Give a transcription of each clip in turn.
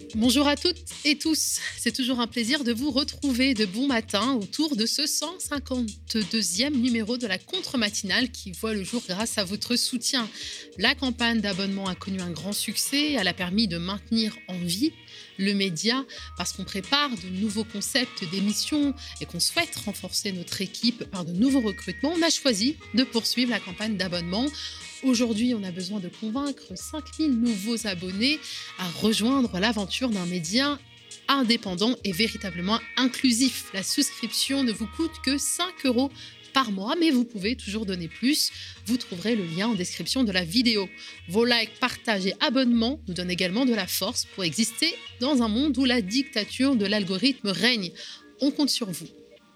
Bonjour à toutes et tous, c'est toujours un plaisir de vous retrouver de bon matin autour de ce 152e numéro de la contre-matinale qui voit le jour grâce à votre soutien. La campagne d'abonnement a connu un grand succès, elle a permis de maintenir en vie le média parce qu'on prépare de nouveaux concepts d'émissions et qu'on souhaite renforcer notre équipe par de nouveaux recrutements. On a choisi de poursuivre la campagne d'abonnement. Aujourd'hui, on a besoin de convaincre 5000 nouveaux abonnés à rejoindre l'aventure d'un média indépendant et véritablement inclusif. La souscription ne vous coûte que 5 € par mois, mais vous pouvez toujours donner plus. Vous trouverez le lien en description de la vidéo. Vos likes, partages et abonnements nous donnent également de la force pour exister dans un monde où la dictature de l'algorithme règne. On compte sur vous.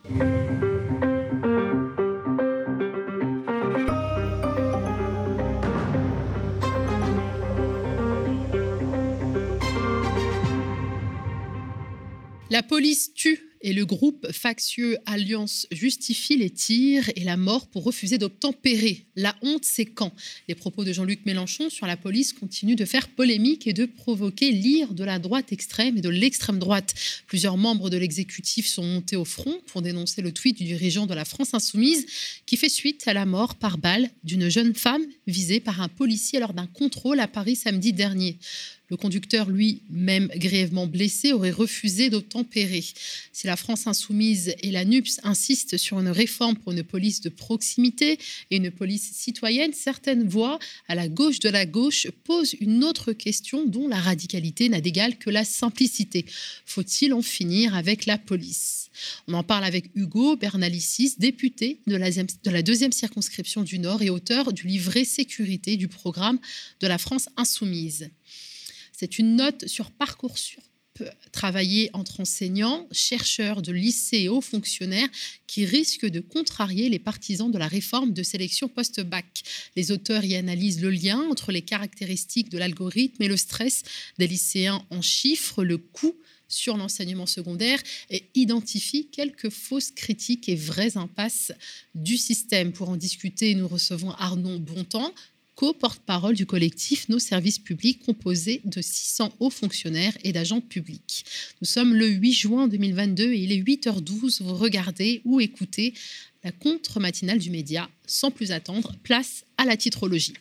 La police tue et le groupe factieux Alliance justifie les tirs et la mort pour refuser d'obtempérer. La honte, c'est quand ? Les propos de Jean-Luc Mélenchon sur la police continuent de faire polémique et de provoquer l'ire de la droite extrême et de l'extrême droite. Plusieurs membres de l'exécutif sont montés au front pour dénoncer le tweet du dirigeant de la France Insoumise qui fait suite à la mort par balle d'une jeune femme visée par un policier lors d'un contrôle à Paris samedi dernier. Le conducteur, lui-même grièvement blessé, aurait refusé d'obtempérer. Si la France Insoumise et la NUPS insistent sur une réforme pour une police de proximité et une police citoyenne, certaines voix à la gauche de la gauche posent une autre question dont la radicalité n'a d'égal que la simplicité. Faut-il en finir avec la police ? On en parle avec Hugo Bernalicis, député de la 2e circonscription du Nord et auteur du livret sécurité du programme de la France Insoumise. C'est une note sur Parcoursup, travaillée entre enseignants, chercheurs de lycée et hauts fonctionnaires qui risque de contrarier les partisans de la réforme de sélection post-bac. Les auteurs y analysent le lien entre les caractéristiques de l'algorithme et le stress des lycéens en chiffres, le coût sur l'enseignement secondaire et identifient quelques fausses critiques et vraies impasses du système. Pour en discuter, nous recevons Arnaud Bontemps, co-porte-parole du collectif Nos Services Publics, composé de 600 hauts fonctionnaires et d'agents publics. Nous sommes le 8 juin 2022 et il est 8h12. Vous regardez ou écoutez la contre-matinale du média. Sans plus attendre, place à la titrologie.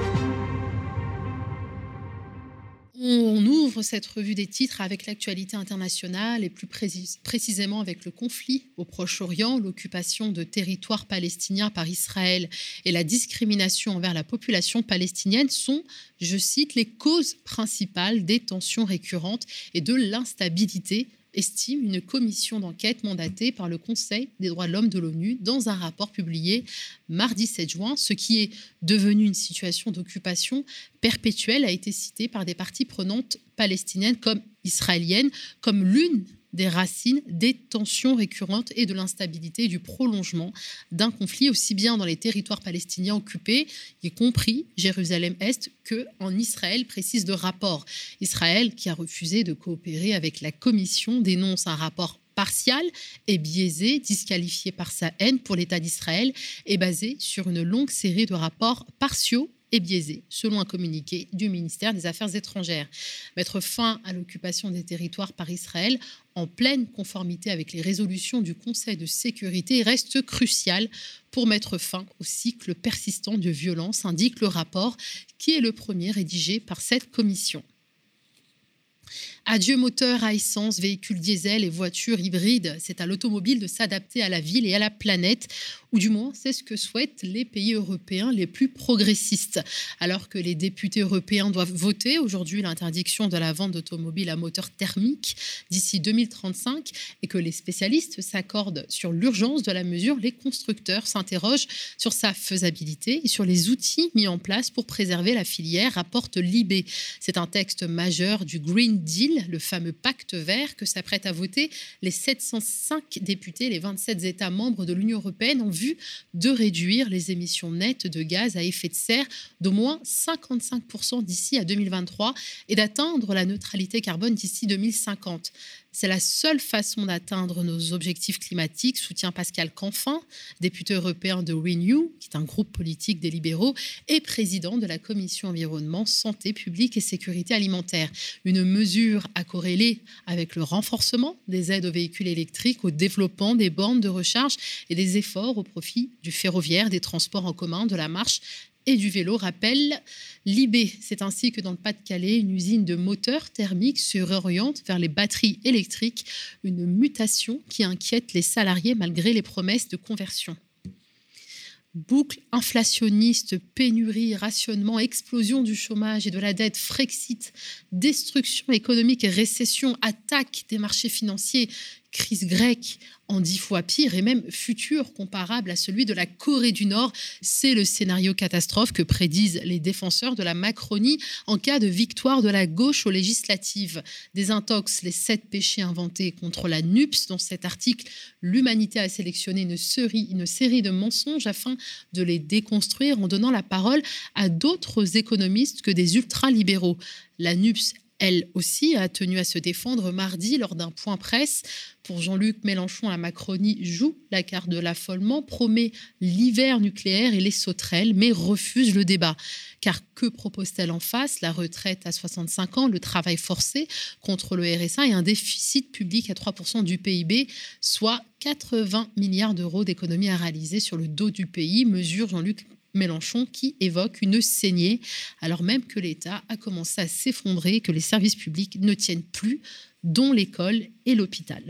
On ouvre cette revue des titres avec l'actualité internationale et plus précisément avec le conflit au Proche-Orient, l'occupation de territoires palestiniens par Israël et la discrimination envers la population palestinienne sont, je cite, les causes principales des tensions récurrentes et de l'instabilité, estime une commission d'enquête mandatée par le Conseil des droits de l'homme de l'ONU dans un rapport publié mardi 7 juin. Ce qui est devenu une situation d'occupation perpétuelle a été cité par des parties prenantes palestiniennes comme israéliennes comme l'une des racines des tensions récurrentes et de l'instabilité et du prolongement d'un conflit aussi bien dans les territoires palestiniens occupés, y compris Jérusalem-Est, qu'en Israël, précise le rapport. Israël, qui a refusé de coopérer avec la Commission, dénonce un rapport partial et biaisé, disqualifié par sa haine pour l'État d'Israël et basé sur une longue série de rapports partiaux et biaisé, selon un communiqué du ministère des Affaires étrangères. Mettre fin à l'occupation des territoires par Israël en pleine conformité avec les résolutions du Conseil de sécurité reste crucial pour mettre fin au cycle persistant de violence, indique le rapport qui est le premier rédigé par cette commission. Adieu moteurs à essence, véhicules diesel et voitures hybrides. C'est à l'automobile de s'adapter à la ville et à la planète, ou du moins c'est ce que souhaitent les pays européens les plus progressistes. Alors que les députés européens doivent voter aujourd'hui l'interdiction de la vente d'automobiles à moteur thermique d'ici 2035 et que les spécialistes s'accordent sur l'urgence de la mesure, les constructeurs s'interrogent sur sa faisabilité et sur les outils mis en place pour préserver la filière, rapporte Libé. C'est un texte majeur du Green Deal, le fameux pacte vert que s'apprêtent à voter les 705 députés, les 27 États membres de l'Union européenne en vue de réduire les émissions nettes de gaz à effet de serre d'au moins 55% d'ici à 2023 et d'atteindre la neutralité carbone d'ici 2050. C'est la seule façon d'atteindre nos objectifs climatiques, soutient Pascal Canfin, député européen de Renew, qui est un groupe politique des libéraux, et président de la Commission environnement, santé publique et sécurité alimentaire. Une mesure à corréler avec le renforcement des aides aux véhicules électriques, au développement des bornes de recharge et des efforts au profit du ferroviaire, des transports en commun, de la marche et du vélo, rappelle Libé. C'est ainsi que dans le Pas-de-Calais, une usine de moteurs thermiques se réoriente vers les batteries électriques, une mutation qui inquiète les salariés malgré les promesses de conversion. Boucle inflationniste, pénurie, rationnement, explosion du chômage et de la dette, Frexit, destruction économique et récession, attaque des marchés financiers, crise grecque en 10 fois pire et même futur comparable à celui de la Corée du Nord. C'est le scénario catastrophe que prédisent les défenseurs de la Macronie en cas de victoire de la gauche aux législatives. Désintox les 7 péchés inventés contre la NUPS. Dans cet article, l'humanité a sélectionné une série de mensonges afin de les déconstruire en donnant la parole à d'autres économistes que des ultralibéraux. La NUPS, elle aussi, a tenu à se défendre mardi lors d'un point presse. Pour Jean-Luc Mélenchon, la Macronie joue la carte de l'affolement, promet l'hiver nucléaire et les sauterelles, mais refuse le débat. Car que propose-t-elle en face? La retraite à 65 ans, le travail forcé contre le RSA et un déficit public à 3% du PIB, soit 80 milliards d'euros d'économies à réaliser sur le dos du pays, mesure Jean-Luc Mélenchon qui évoque une saignée, alors même que l'État a commencé à s'effondrer et que les services publics ne tiennent plus, dont l'école et l'hôpital.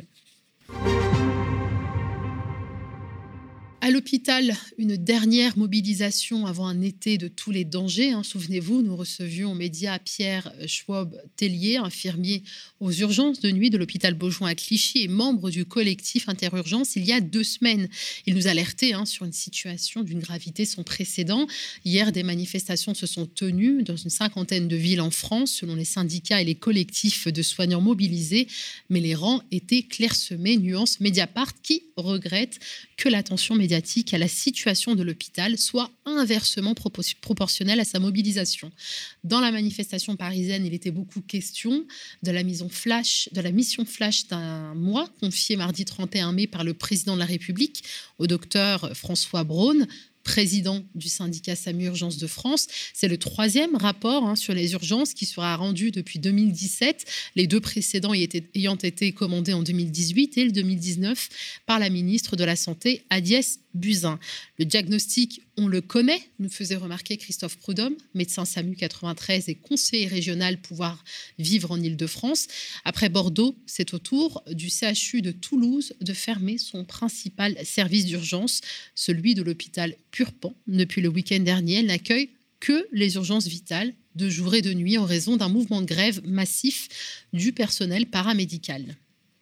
À l'hôpital, une dernière mobilisation avant un été de tous les dangers. Souvenez-vous, nous recevions aux médias Pierre Schwab-Tellier, infirmier aux urgences de nuit de l'hôpital Beaujon à Clichy et membre du collectif Interurgence il y a 2 semaines. Il nous alertait sur une situation d'une gravité sans précédent. Hier, des manifestations se sont tenues dans une 50aine de villes en France, selon les syndicats et les collectifs de soignants mobilisés. Mais les rangs étaient clairsemés. Nuance Mediapart qui regrette que l'attention médiatique à la situation de l'hôpital soit inversement proportionnelle à sa mobilisation. Dans la manifestation parisienne, il était beaucoup question de la mission flash d'un mois confiée mardi 31 mai par le président de la République au docteur François Braun, président du syndicat SAMU Urgences de France. C'est le 3e rapport sur les urgences qui sera rendu depuis 2017, les 2 précédents ayant été commandés en 2018 et le 2019 par la ministre de la Santé, Agnès Buzyn. Le diagnostic, on le connaît, nous faisait remarquer Christophe Prudhomme, médecin SAMU 93 et conseiller régional Pouvoir Vivre en Île-de-France. Après Bordeaux, c'est au tour du CHU de Toulouse de fermer son principal service d'urgence, celui de l'hôpital Purpan. Depuis le week-end dernier, elle n'accueille que les urgences vitales de jour et de nuit en raison d'un mouvement de grève massif du personnel paramédical.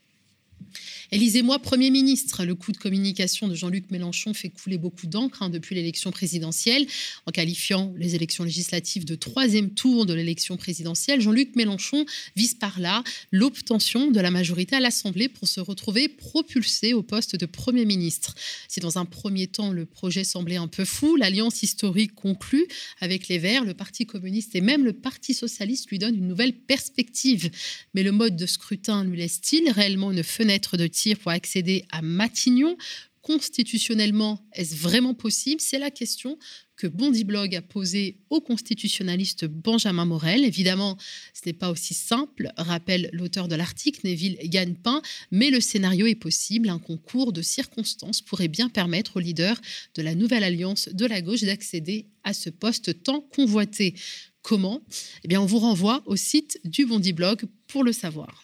Élisez-moi Premier ministre. Le coup de communication de Jean-Luc Mélenchon fait couler beaucoup d'encre depuis l'élection présidentielle. En qualifiant les élections législatives de 3e tour de l'élection présidentielle, Jean-Luc Mélenchon vise par là l'obtention de la majorité à l'Assemblée pour se retrouver propulsé au poste de Premier ministre. Si dans un premier temps, le projet semblait un peu fou, l'alliance historique conclue avec les Verts, le Parti communiste et même le Parti socialiste lui donne une nouvelle perspective. Mais le mode de scrutin lui laisse-t-il réellement une fenêtre de tir pour accéder à Matignon? Constitutionnellement, est-ce vraiment possible? C'est la question que Bondiblog a posée au constitutionnaliste Benjamin Morel. Évidemment, ce n'est pas aussi simple, rappelle l'auteur de l'article, Neville Gagnepin, mais le scénario est possible. Un concours de circonstances pourrait bien permettre au leader de la nouvelle alliance de la gauche d'accéder à ce poste tant convoité. Comment? On vous renvoie au site du Bondiblog pour le savoir.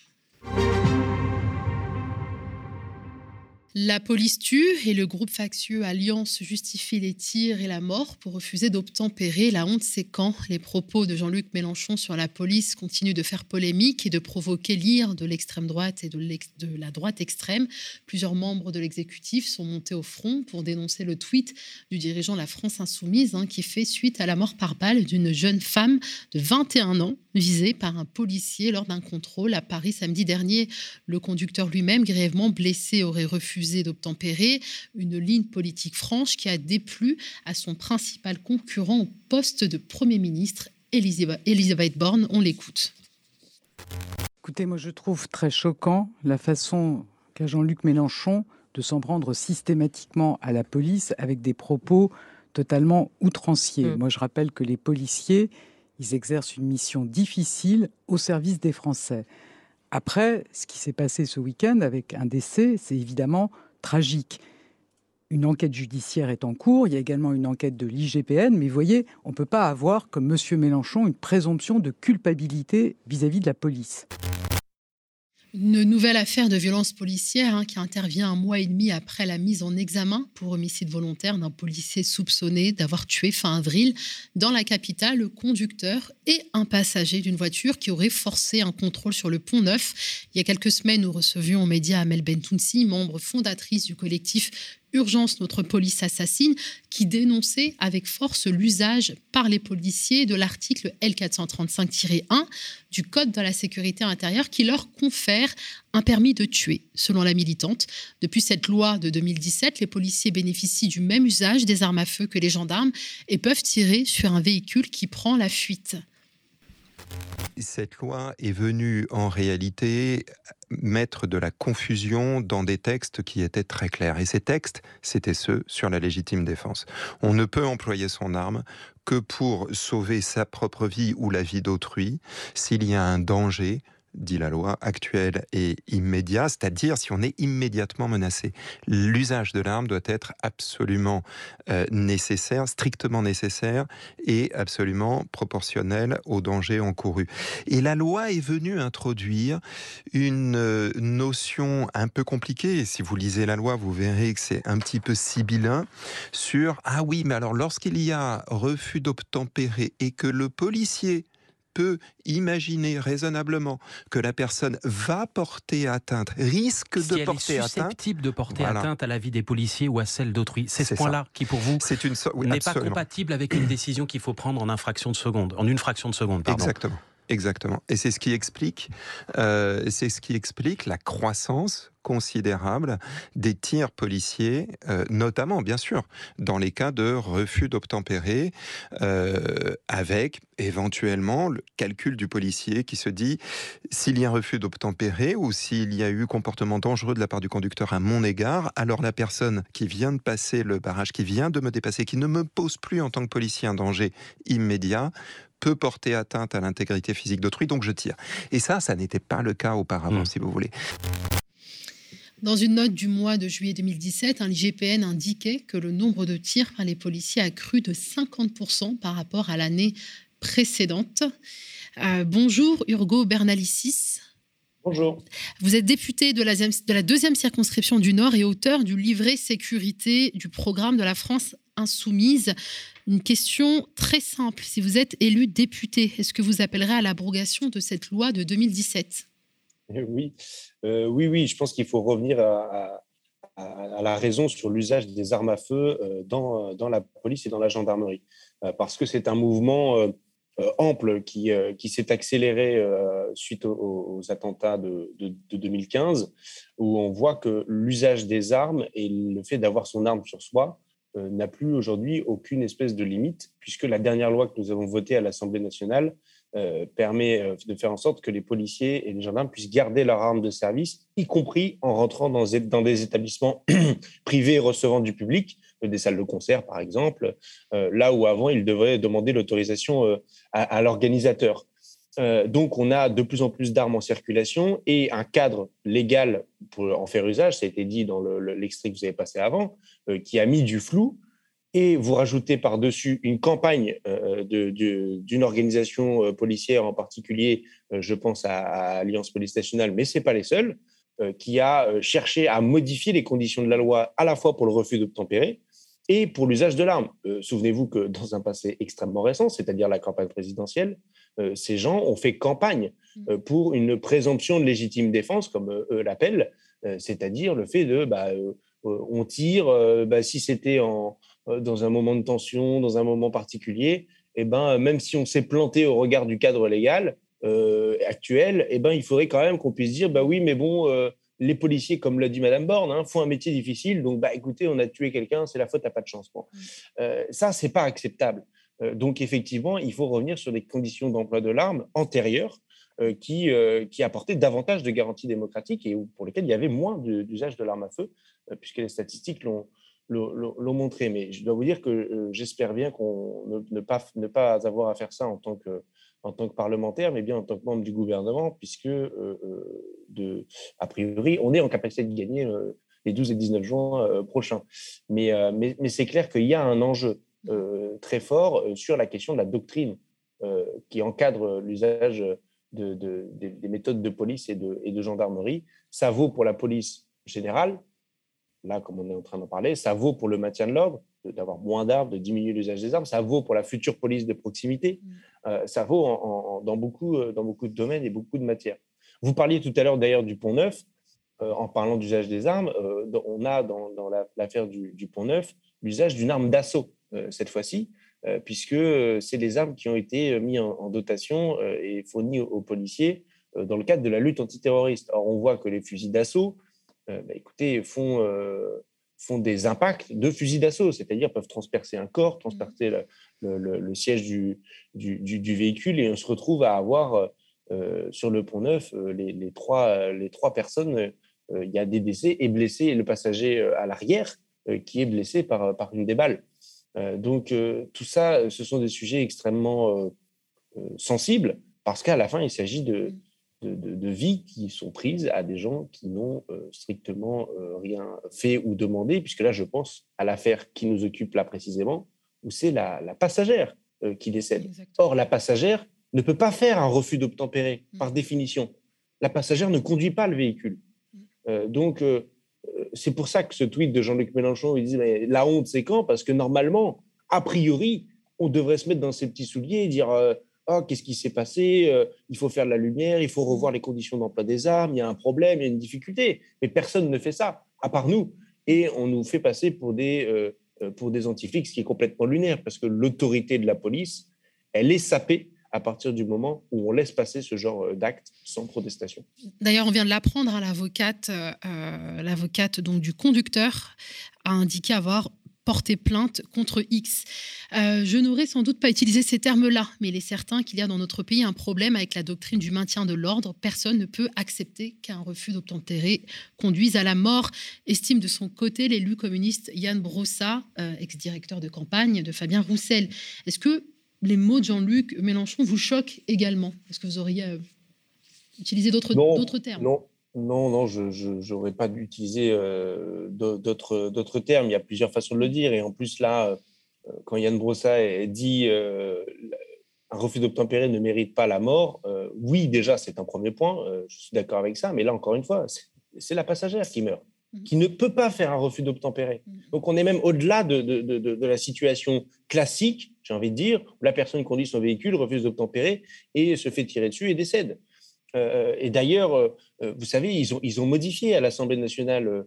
La police tue et le groupe factieux Alliance justifie les tirs et la mort pour refuser d'obtempérer. La honte, c'est quand les propos de Jean-Luc Mélenchon sur la police continuent de faire polémique et de provoquer l'ire de l'extrême droite et de la droite extrême. Plusieurs membres de l'exécutif sont montés au front pour dénoncer le tweet du dirigeant de la France Insoumise qui fait suite à la mort par balle d'une jeune femme de 21 ans visée par un policier lors d'un contrôle à Paris samedi dernier. Le conducteur lui-même, grièvement blessé, aurait refusé d'obtempérer, une ligne politique franche qui a déplu à son principal concurrent au poste de Premier ministre, Elisabeth Borne. On l'écoute. Écoutez, moi je trouve très choquant la façon qu'a Jean-Luc Mélenchon de s'en prendre systématiquement à la police avec des propos totalement outranciers. Moi je rappelle que les policiers, ils exercent une mission difficile au service des Français. Après, ce qui s'est passé ce week-end avec un décès, c'est évidemment tragique. Une enquête judiciaire est en cours, il y a également une enquête de l'IGPN, mais vous voyez, on ne peut pas avoir, comme M. Mélenchon, une présomption de culpabilité vis-à-vis de la police. Une nouvelle affaire de violence policière qui intervient un mois et demi après la mise en examen pour homicide volontaire d'un policier soupçonné d'avoir tué fin avril dans la capitale le conducteur et un passager d'une voiture qui aurait forcé un contrôle sur le Pont Neuf. Il y a quelques semaines, nous recevions aux médias Amel Bentounsi, membre fondatrice du collectif Urgence, notre police assassine, qui dénonçait avec force l'usage par les policiers de l'article L435-1 du Code de la sécurité intérieure qui leur confère un permis de tuer. Selon la militante, depuis cette loi de 2017, les policiers bénéficient du même usage des armes à feu que les gendarmes et peuvent tirer sur un véhicule qui prend la fuite. Cette loi est venue en réalité mettre de la confusion dans des textes qui étaient très clairs. Et ces textes, c'était ceux sur la légitime défense. On ne peut employer son arme que pour sauver sa propre vie ou la vie d'autrui s'il y a un danger, dit la loi, actuelle et immédiat, c'est-à-dire si on est immédiatement menacé. L'usage de l'arme doit être absolument nécessaire, strictement nécessaire et absolument proportionnel au danger encouru. Et la loi est venue introduire une notion un peu compliquée, et si vous lisez la loi, vous verrez que c'est un petit peu sibyllin, sur « Ah oui, mais alors lorsqu'il y a refus d'obtempérer et que le policier peut imaginer raisonnablement que la personne va porter atteinte, risque si de porter atteinte... Si elle est susceptible de porter atteinte à la vie des policiers ou à celle d'autrui. C'est ce point-là qui, pour vous, n'est pas compatible avec une décision qu'il faut prendre en une fraction de seconde. Pardon. Exactement. Et c'est ce qui explique la croissance considérable des tirs policiers, notamment, bien sûr, dans les cas de refus d'obtempérer, avec éventuellement le calcul du policier qui se dit s'il y a un refus d'obtempérer ou s'il y a eu comportement dangereux de la part du conducteur à mon égard, alors la personne qui vient de passer le barrage, qui vient de me dépasser, qui ne me pose plus en tant que policier un danger immédiat, peut porter atteinte à l'intégrité physique d'autrui, donc je tire. Et ça n'était pas le cas auparavant, si vous voulez. Dans une note du mois de juillet 2017, l'IGPN indiquait que le nombre de tirs par les policiers a cru de 50% par rapport à l'année précédente. Bonjour Urgo Bernalicis. Bonjour. Vous êtes député de la 2e circonscription du Nord et auteur du livret sécurité du programme de la France insoumise. Une question très simple. Si vous êtes élu député, est-ce que vous appellerez à l'abrogation de cette loi de 2017 ? Oui, je pense qu'il faut revenir à la raison sur l'usage des armes à feu dans la police et dans la gendarmerie. Parce que c'est un mouvement ample qui s'est accéléré suite aux attentats de 2015, où on voit que l'usage des armes et le fait d'avoir son arme sur soi n'a plus aujourd'hui aucune espèce de limite, puisque la dernière loi que nous avons votée à l'Assemblée nationale permet de faire en sorte que les policiers et les gendarmes puissent garder leur arme de service, y compris en rentrant dans des établissements privés recevant du public, des salles de concert par exemple, là où avant ils devraient demander l'autorisation à l'organisateur. Donc on a de plus en plus d'armes en circulation et un cadre légal pour en faire usage, ça a été dit dans l'extrait que vous avez passé avant, qui a mis du flou. Et vous rajoutez par-dessus une campagne d'une organisation policière en particulier, je pense à Alliance Police Nationale, mais ce n'est pas les seuls, qui a cherché à modifier les conditions de la loi à la fois pour le refus d'obtempérer et pour l'usage de l'arme. Souvenez-vous que dans un passé extrêmement récent, c'est-à-dire la campagne présidentielle, ces gens ont fait campagne pour une présomption de légitime défense, comme eux l'appellent, c'est-à-dire le fait de on tire si c'était dans un moment de tension, dans un moment particulier, même si on s'est planté au regard du cadre légal actuel, il faudrait quand même qu'on puisse dire oui, mais bon, les policiers, comme l'a dit Madame Borne, font un métier difficile, donc écoutez, on a tué quelqu'un, c'est la faute, t'as pas de chance. Bon. Ça, c'est pas acceptable. Donc effectivement, il faut revenir sur des conditions d'emploi de l'arme antérieures qui apportaient davantage de garanties démocratiques et pour lesquelles il y avait moins d'usage de l'arme à feu, puisque les statistiques l'ont montré. Mais je dois vous dire que j'espère bien qu'on ne pas avoir à faire ça en tant que parlementaire, mais bien en tant que membre du gouvernement, puisque, a priori, on est en capacité de gagner les 12 et 19 juin prochains. Mais c'est clair qu'il y a un enjeu très fort sur la question de la doctrine qui encadre l'usage des méthodes de police et de gendarmerie. Ça vaut pour la police générale, là, comme on est en train d'en parler, ça vaut pour le maintien de l'ordre, d'avoir moins d'armes, de diminuer l'usage des armes, ça vaut pour la future police de proximité, ça vaut dans beaucoup de domaines et beaucoup de matières. Vous parliez tout à l'heure d'ailleurs du Pont-Neuf, en parlant d'usage des armes, on a dans l'affaire du Pont-Neuf l'usage d'une arme d'assaut, cette fois-ci, puisque c'est des armes qui ont été mises en dotation et fournies aux policiers dans le cadre de la lutte antiterroriste. Or, on voit que les fusils d'assaut, écoutez, font des impacts de fusils d'assaut, c'est-à-dire peuvent transpercer un corps, transpercer le siège du véhicule, et on se retrouve à avoir sur le Pont-Neuf les trois personnes, il y a des décès et blessés, et le passager à l'arrière qui est blessé par une des balles. Donc tout ça, ce sont des sujets extrêmement sensibles, parce qu'à la fin, il s'agit de vies qui sont prises à des gens qui n'ont strictement rien fait ou demandé, puisque là, je pense à l'affaire qui nous occupe là précisément, où c'est la passagère qui décède. Exactement. Or, la passagère ne peut pas faire un refus d'obtempérer, par définition. La passagère ne conduit pas le véhicule. Donc, c'est pour ça que ce tweet de Jean-Luc Mélenchon, il dit mais la honte, c'est quand ? Parce que normalement, a priori, on devrait se mettre dans ses petits souliers et dire qu'est-ce qui s'est passé ? Il faut faire de la lumière, il faut revoir les conditions d'emploi des armes, il y a un problème, il y a une difficulté. Mais personne ne fait ça, à part nous. Et on nous fait passer pour des antiflics, ce qui est complètement lunaire, parce que l'autorité de la police, elle est sapée à partir du moment où on laisse passer ce genre d'actes sans protestation. D'ailleurs, on vient de l'apprendre, l'avocate donc, du conducteur a indiqué avoir porté plainte contre X. Je n'aurais sans doute pas utilisé ces termes-là, mais il est certain qu'il y a dans notre pays un problème avec la doctrine du maintien de l'ordre. Personne ne peut accepter qu'un refus d'obtempérer conduise à la mort, estime de son côté l'élu communiste Yann Brossa, ex-directeur de campagne de Fabien Roussel. Est-ce que les mots de Jean-Luc Mélenchon vous choquent également ? Est-ce que vous auriez utilisé d'autres termes ? Non, je n'aurais pas dû utiliser d'autres termes. Il y a plusieurs façons de le dire. Et en plus, là, quand Yann Brossa dit un refus d'obtempérer ne mérite pas la mort, oui, déjà, c'est un premier point. Je suis d'accord avec ça. Mais là, encore une fois, c'est la passagère qui meurt, qui ne peut pas faire un refus d'obtempérer. Donc, on est même au-delà de la situation classique, j'ai envie de dire, où la personne conduit son véhicule, refuse d'obtempérer et se fait tirer dessus et décède. Et d'ailleurs, vous savez, ils ont modifié à l'Assemblée nationale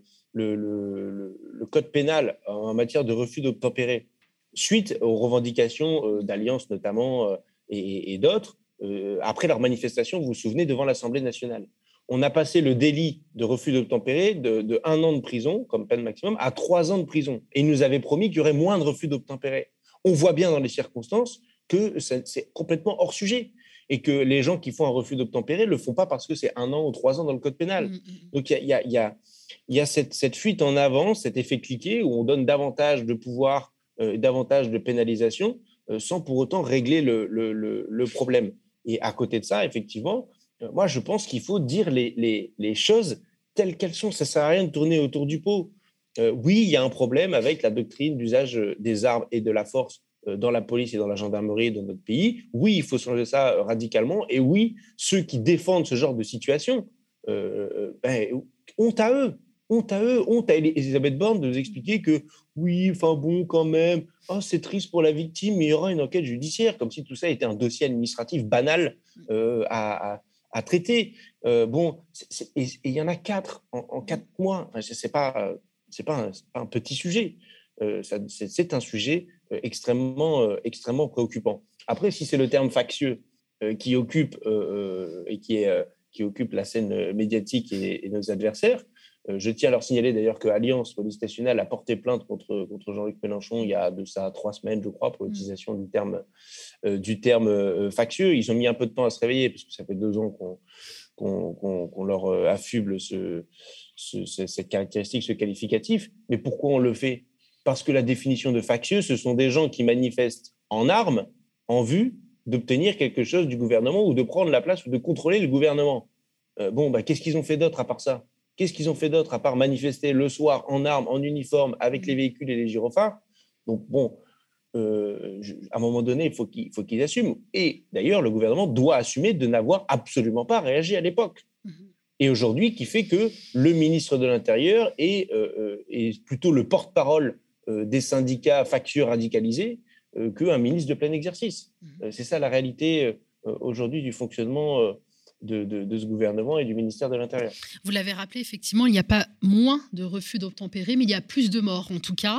le code pénal en matière de refus d'obtempérer, suite aux revendications d'Alliance notamment et d'autres, après leur manifestation, vous vous souvenez, devant l'Assemblée nationale. On a passé le délit de refus d'obtempérer de 1 an de prison, comme peine maximum, à 3 ans de prison. Et ils nous avaient promis qu'il y aurait moins de refus d'obtempérer. On voit bien dans les circonstances que c'est complètement hors sujet et que les gens qui font un refus d'obtempérer ne le font pas parce que c'est 1 an ou 3 ans dans le code pénal. Donc, il y a cette fuite en avant, cet effet cliquet où on donne davantage de pouvoir, davantage de pénalisation sans pour autant régler le problème. Et à côté de ça, effectivement, moi, je pense qu'il faut dire les choses telles qu'elles sont. Ça ne sert à rien de tourner autour du pot. Oui, il y a un problème avec la doctrine d'usage des armes et de la force dans la police et dans la gendarmerie dans notre pays. Oui, il faut changer ça radicalement. Et oui, ceux qui défendent ce genre de situation, honte à eux. Honte à Elisabeth Borne de nous expliquer que oui, enfin bon, quand même, c'est triste pour la victime, mais il y aura une enquête judiciaire, comme si tout ça était un dossier administratif banal à traiter. Et il y en a 4 en 4 mois. Enfin, c'est pas un petit sujet. C'est un sujet extrêmement préoccupant. Après, si c'est le terme factieux qui occupe et qui occupe la scène médiatique et nos adversaires, Je tiens à leur signaler d'ailleurs que Alliance Police Nationale a porté plainte contre Jean-Luc Mélenchon il y a de ça 3 semaines, je crois, pour l'utilisation du terme factieux. Ils ont mis un peu de temps à se réveiller, parce que ça fait 2 ans qu'on leur affuble cette caractéristique, ce qualificatif. Mais pourquoi on le fait ? Parce que la définition de factieux, ce sont des gens qui manifestent en armes en vue d'obtenir quelque chose du gouvernement ou de prendre la place ou de contrôler le gouvernement. Qu'est-ce qu'ils ont fait d'autre à part ça ? Qu'est-ce qu'ils ont fait d'autre à part manifester le soir en armes, en uniforme, avec les véhicules et les gyrophares ? Donc à un moment donné, il faut qu'ils assument. Et d'ailleurs, le gouvernement doit assumer de n'avoir absolument pas réagi à l'époque. Et aujourd'hui, qui fait que le ministre de l'Intérieur est plutôt le porte-parole des syndicats factieux radicalisés qu'un ministre de plein exercice. C'est ça la réalité aujourd'hui du fonctionnement de ce gouvernement et du ministère de l'Intérieur. Vous l'avez rappelé, effectivement, il n'y a pas moins de refus d'obtempérer, mais il y a plus de morts, en tout cas.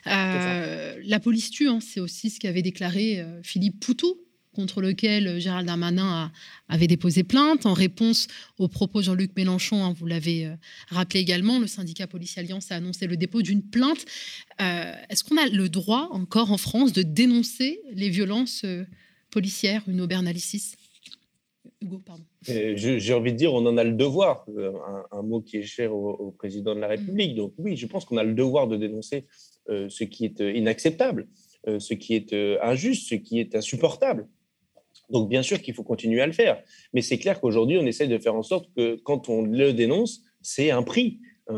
La police tue, c'est aussi ce qu'avait déclaré Philippe Poutou, contre lequel Gérald Darmanin avait déposé plainte. En réponse aux propos de Jean-Luc Mélenchon, vous l'avez rappelé également, le syndicat Police Alliance a annoncé le dépôt d'une plainte. Est-ce qu'on a le droit, encore en France, de dénoncer les violences policières, Uno Bernalicis ? Hugo, pardon. J'ai envie de dire, on en a le devoir, un mot qui est cher au président de la République. Donc oui, je pense qu'on a le devoir de dénoncer ce qui est inacceptable, ce qui est injuste, ce qui est insupportable. Donc bien sûr qu'il faut continuer à le faire. Mais c'est clair qu'aujourd'hui, on essaie de faire en sorte que quand on le dénonce, c'est un prix,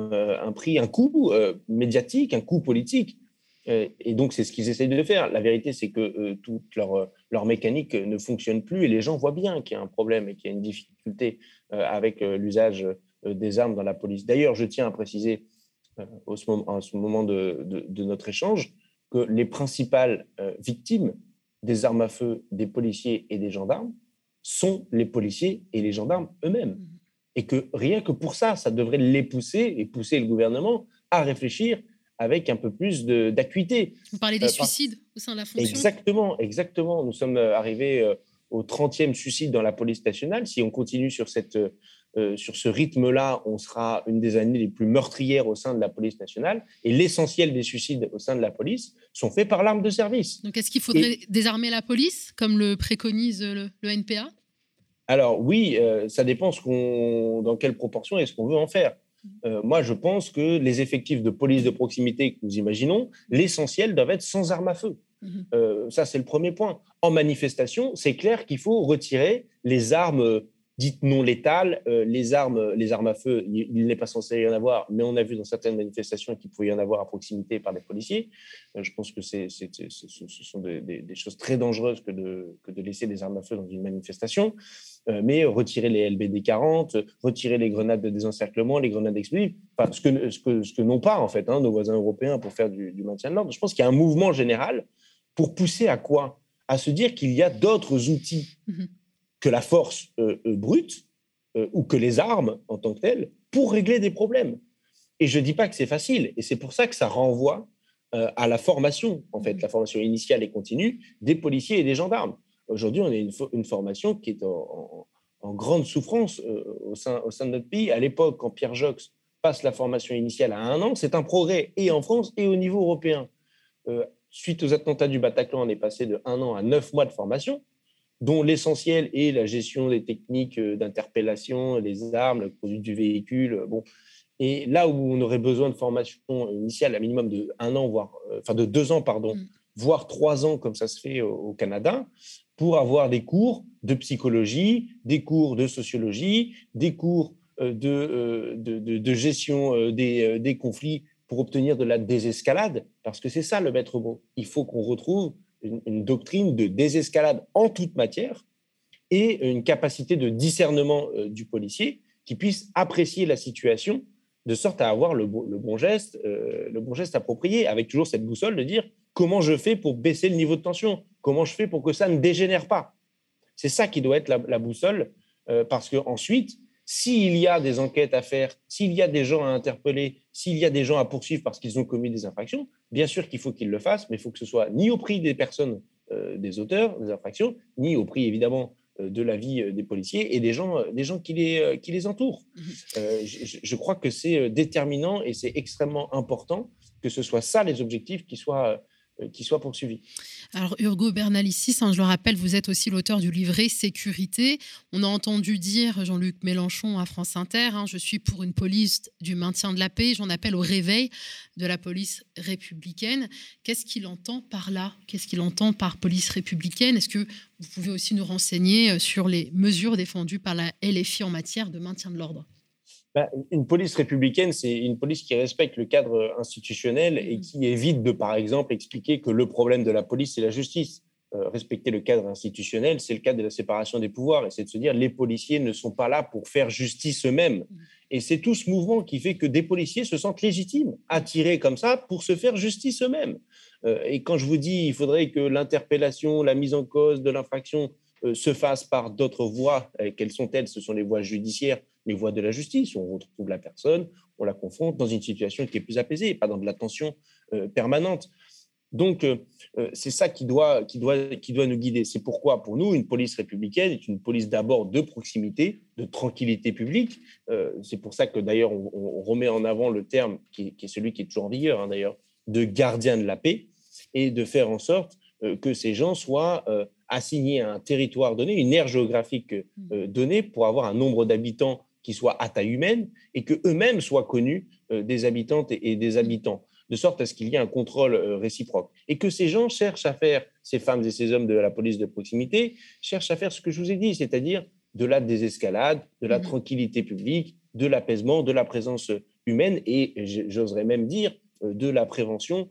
un coût médiatique, un coût politique. Et donc, c'est ce qu'ils essayent de faire. La vérité, c'est que toute leur mécanique ne fonctionne plus et les gens voient bien qu'il y a un problème et qu'il y a une difficulté avec l'usage des armes dans la police. D'ailleurs, je tiens à préciser à ce moment de notre échange que les principales victimes des armes à feu des policiers et des gendarmes sont les policiers et les gendarmes eux-mêmes. Et que rien que pour ça, ça devrait les pousser et pousser le gouvernement à réfléchir avec un peu plus d'acuité. Vous parlez des suicides au sein de la fonction ? Exactement. Nous sommes arrivés au 30e suicide dans la police nationale. Si on continue sur ce rythme-là, on sera une des années les plus meurtrières au sein de la police nationale. Et l'essentiel des suicides au sein de la police sont faits par l'arme de service. Donc, est-ce qu'il faudrait désarmer la police, comme le préconise le NPA ? Alors oui, ça dépend dans quelle proportion et ce qu'on veut en faire. Moi, je pense que les effectifs de police de proximité que nous imaginons, l'essentiel doivent être sans armes à feu. Ça, c'est le premier point. En manifestation, c'est clair qu'il faut retirer les armes dites non létales, les armes à feu. Il n'est pas censé y en avoir, mais on a vu dans certaines manifestations qu'il pouvait y en avoir à proximité par des policiers. Je pense que ce sont des choses très dangereuses que de laisser des armes à feu dans une manifestation. Mais retirer les LBD 40, retirer les grenades de désencerclement, les grenades explosives, ce que n'ont pas en fait nos voisins européens pour faire du maintien de l'ordre. Je pense qu'il y a un mouvement général pour pousser à quoi ? À se dire qu'il y a d'autres outils que la force brute ou que les armes en tant que telles pour régler des problèmes. Et je ne dis pas que c'est facile, et c'est pour ça que ça renvoie à la formation, en fait, la formation initiale et continue des policiers et des gendarmes. Aujourd'hui, on a une formation qui est en grande souffrance au sein de notre pays. À l'époque, quand Pierre Joxe passe la formation initiale à 1 an, c'est un progrès et en France et au niveau européen. Suite aux attentats du Bataclan, on est passé de 1 an à 9 mois de formation, dont l'essentiel est la gestion des techniques d'interpellation, les armes, le conduite du véhicule. Et là où on aurait besoin de formation initiale à minimum de 1 an, de 2 ans, voire 3 ans, comme ça se fait au Canada, pour avoir des cours de psychologie, des cours de sociologie, des cours de gestion des conflits pour obtenir de la désescalade, parce que c'est ça le maître mot. Il faut qu'on retrouve une doctrine de désescalade en toute matière et une capacité de discernement du policier qui puisse apprécier la situation de sorte à avoir le bon geste approprié, avec toujours cette boussole de dire comment je fais pour baisser le niveau de tension, comment je fais pour que ça ne dégénère pas. C'est ça qui doit être la boussole, parce qu'ensuite, s'il y a des enquêtes à faire, s'il y a des gens à interpeller, s'il y a des gens à poursuivre parce qu'ils ont commis des infractions, bien sûr qu'il faut qu'ils le fassent, mais il faut que ce soit ni au prix des personnes, des auteurs des infractions, ni au prix évidemment de la vie des policiers et des gens qui les entourent. Je crois que c'est déterminant et c'est extrêmement important que ce soit ça les objectifs qui soient poursuivis. Alors Ugo Bernalicis, je le rappelle, vous êtes aussi l'auteur du livret Sécurité. On a entendu dire Jean-Luc Mélenchon à France Inter, je suis pour une police du maintien de la paix, j'en appelle au réveil de la police républicaine. Qu'est-ce qu'il entend par là ? Qu'est-ce qu'il entend par police républicaine ? Est-ce que vous pouvez aussi nous renseigner sur les mesures défendues par la LFI en matière de maintien de l'ordre ? Une police républicaine, c'est une police qui respecte le cadre institutionnel et qui évite de, par exemple, expliquer que le problème de la police, c'est la justice. Respecter le cadre institutionnel, c'est le cadre de la séparation des pouvoirs. Et c'est de se dire les policiers ne sont pas là pour faire justice eux-mêmes. Et c'est tout ce mouvement qui fait que des policiers se sentent légitimes, attirés comme ça pour se faire justice eux-mêmes. Et quand je vous dis il faudrait que l'interpellation, la mise en cause de l'infraction se fasse par d'autres voies, quelles sont-elles ? Ce sont les voies judiciaires, les voies de la justice, où on retrouve la personne, on la confronte dans une situation qui est plus apaisée, pas dans de la tension permanente. Donc, c'est ça qui doit nous guider. C'est pourquoi, pour nous, une police républicaine est une police d'abord de proximité, de tranquillité publique. C'est pour ça que, d'ailleurs, on remet en avant le terme, qui est celui qui est toujours en vigueur, d'ailleurs, de gardien de la paix, et de faire en sorte que ces gens soient assignés à un territoire donné, une aire géographique donnée, pour avoir un nombre d'habitants qui soit à taille humaine et qu'eux-mêmes soient connus des habitantes et des habitants, de sorte à ce qu'il y ait un contrôle réciproque. Et que ces gens cherchent à faire, ces femmes et ces hommes de la police de proximité, cherchent à faire ce que je vous ai dit, c'est-à-dire de la désescalade, de la tranquillité publique, de l'apaisement, de la présence humaine et, j'oserais même dire, de la prévention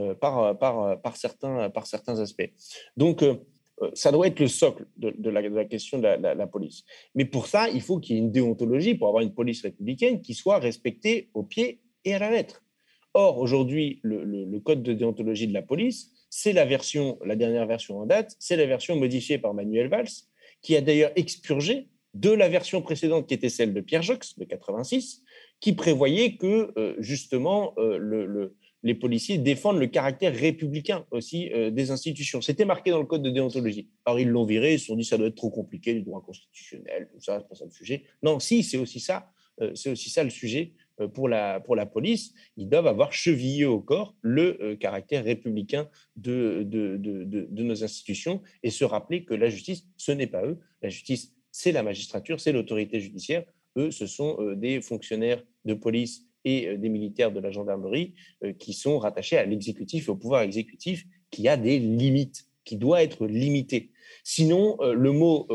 par certains aspects. Donc, ça doit être le socle de la question de la police. Mais pour ça, il faut qu'il y ait une déontologie pour avoir une police républicaine qui soit respectée au pied et à la lettre. Or, aujourd'hui, le code de déontologie de la police, c'est la dernière version en date, c'est la version modifiée par Manuel Valls, qui a d'ailleurs expurgé de la version précédente qui était celle de Pierre Joxe, de 86, qui prévoyait que, justement, les policiers défendent le caractère républicain aussi des institutions. C'était marqué dans le code de déontologie. Alors, ils l'ont viré, ils se sont dit ça doit être trop compliqué, du droit constitutionnel, tout ça, c'est pas ça le sujet. Non, si, c'est aussi ça le sujet pour la police. Ils doivent avoir chevillé au corps le caractère républicain de nos institutions et se rappeler que la justice, ce n'est pas eux. La justice, c'est la magistrature, c'est l'autorité judiciaire. Eux, ce sont des fonctionnaires de police et des militaires de la gendarmerie qui sont rattachés à l'exécutif et au pouvoir exécutif qui a des limites, qui doit être limité. Sinon, le mot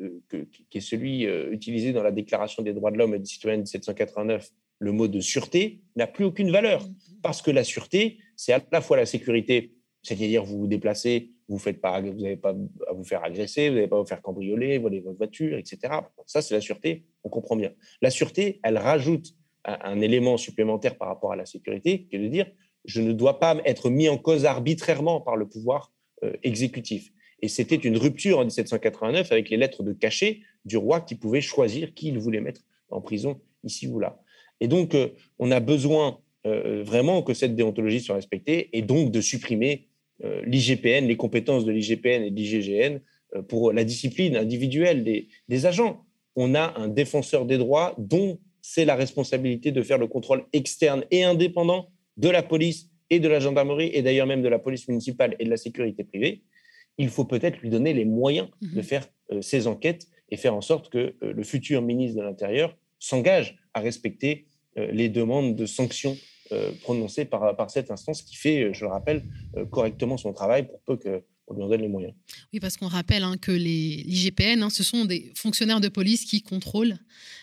qui est celui utilisé dans la Déclaration des droits de l'homme et des citoyens de 1789, le mot de sûreté, n'a plus aucune valeur. Parce que la sûreté, c'est à la fois la sécurité, c'est-à-dire vous vous déplacez, vous n'avez pas à vous faire agresser, vous n'avez pas à vous faire cambrioler, voler votre voiture, etc. Ça, c'est la sûreté, on comprend bien. La sûreté, elle rajoute un élément supplémentaire par rapport à la sécurité, qui est de dire je ne dois pas être mis en cause arbitrairement par le pouvoir exécutif. Et c'était une rupture en 1789 avec les lettres de cachet du roi qui pouvait choisir qui il voulait mettre en prison ici ou là. Et donc, on a besoin vraiment que cette déontologie soit respectée et donc de supprimer l'IGPN, les compétences de l'IGPN et de l'IGGN pour la discipline individuelle des agents. On a un défenseur des droits dont c'est la responsabilité de faire le contrôle externe et indépendant de la police et de la gendarmerie et d'ailleurs même de la police municipale et de la sécurité privée. Il faut peut-être lui donner les moyens de faire ces enquêtes et faire en sorte que le futur ministre de l'Intérieur s'engage à respecter les demandes de sanctions prononcées par cette instance qui fait, je le rappelle, correctement son travail pour peu qu'on lui en donne les moyens. Oui, parce qu'on rappelle que l'IGPN, ce sont des fonctionnaires de police qui contrôlent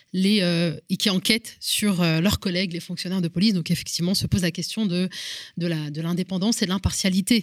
et qui enquêtent sur leurs collègues, les fonctionnaires de police. Donc, effectivement, se pose la question de l'indépendance et de l'impartialité.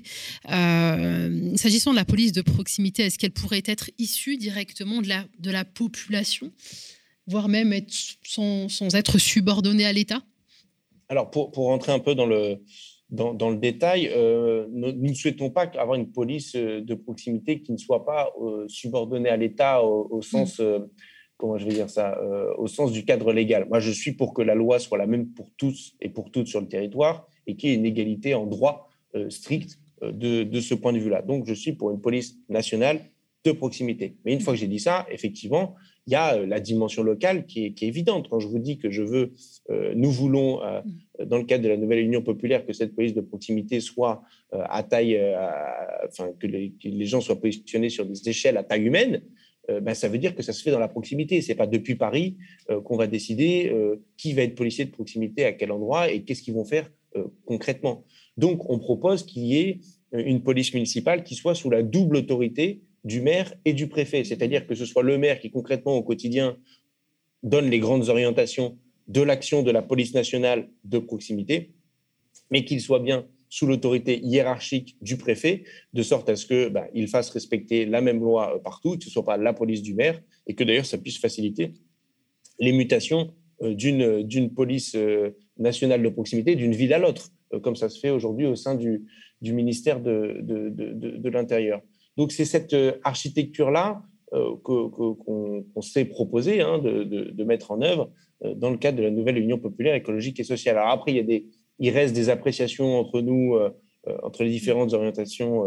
S'agissant de la police de proximité, est-ce qu'elle pourrait être issue directement de la population, voire même être sans être subordonnée à l'État ? Alors, pour rentrer un peu dans le détail, nous ne souhaitons pas avoir une police de proximité qui ne soit pas subordonnée à l'État au sens... comment je vais dire ça, au sens du cadre légal. Moi, je suis pour que la loi soit la même pour tous et pour toutes sur le territoire et qu'il y ait une égalité en droit strict de ce point de vue-là. Donc, je suis pour une police nationale de proximité. Mais une fois que j'ai dit ça, effectivement, il y a la dimension locale qui est évidente. Quand je vous dis que nous voulons, dans le cadre de la nouvelle Union populaire, que cette police de proximité soit à taille, que les gens soient positionnés sur des échelles à taille humaine, ça veut dire que ça se fait dans la proximité. Ce n'est pas depuis Paris qu'on va décider qui va être policier de proximité à quel endroit et qu'est-ce qu'ils vont faire concrètement. Donc, on propose qu'il y ait une police municipale qui soit sous la double autorité du maire et du préfet. C'est-à-dire que ce soit le maire qui, concrètement, au quotidien, donne les grandes orientations de l'action de la police nationale de proximité, mais qu'il soit bien sous l'autorité hiérarchique du préfet, de sorte à ce qu'il fasse respecter la même loi partout, que ce ne soit pas la police du maire, et que d'ailleurs ça puisse faciliter les mutations d'une police nationale de proximité d'une ville à l'autre, comme ça se fait aujourd'hui au sein du ministère de l'Intérieur. Donc c'est cette architecture-là qu'on s'est proposé de mettre en œuvre dans le cadre de la nouvelle Union populaire écologique et sociale. Alors après, il reste des appréciations entre nous, entre les différentes orientations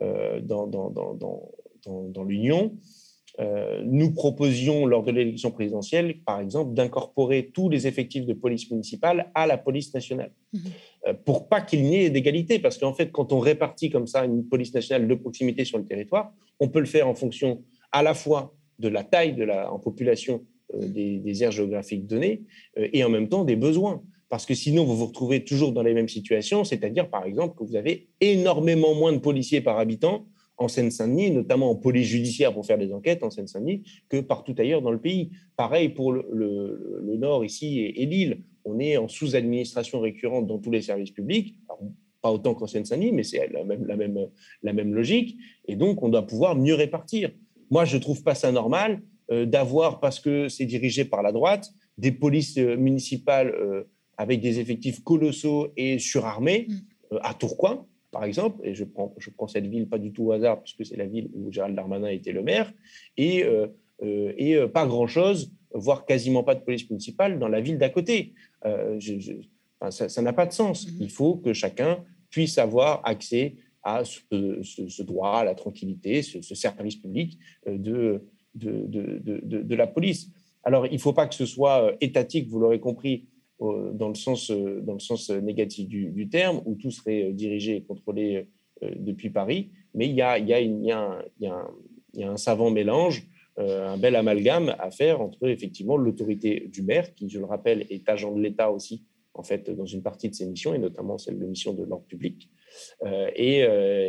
dans l'Union. Nous proposions, lors de l'élection présidentielle, par exemple, d'incorporer tous les effectifs de police municipale à la police nationale, pour pas qu'il n'y ait d'égalité. Parce qu'en fait, quand on répartit comme ça une police nationale de proximité sur le territoire, on peut le faire en fonction à la fois de la taille en population des aires géographiques données et en même temps des besoins. Parce que sinon, vous vous retrouvez toujours dans les mêmes situations, c'est-à-dire, par exemple, que vous avez énormément moins de policiers par habitant en Seine-Saint-Denis, notamment en police judiciaire pour faire des enquêtes en Seine-Saint-Denis, que partout ailleurs dans le pays. Pareil pour le Nord ici et Lille. On est en sous-administration récurrente dans tous les services publics. Alors, pas autant qu'en Seine-Saint-Denis, mais c'est la même logique. Et donc, on doit pouvoir mieux répartir. Moi, je ne trouve pas ça normal d'avoir, parce que c'est dirigé par la droite, des polices municipales avec des effectifs colossaux et surarmés à Tourcoing, par exemple, et je prends cette ville pas du tout au hasard, puisque c'est la ville où Gérald Darmanin était le maire, et pas grand-chose, voire quasiment pas de police municipale dans la ville d'à côté. Ça n'a pas de sens. Il faut que chacun puisse avoir accès à ce droit à la tranquillité, ce service public de la police. Alors, il ne faut pas que ce soit étatique, vous l'aurez compris, dans le sens négatif du terme, où tout serait dirigé et contrôlé depuis Paris, mais il y a un savant mélange, un bel amalgame à faire entre effectivement l'autorité du maire, qui, je le rappelle, est agent de l'État aussi, en fait, dans une partie de ses missions, et notamment celle de mission de l'ordre public, et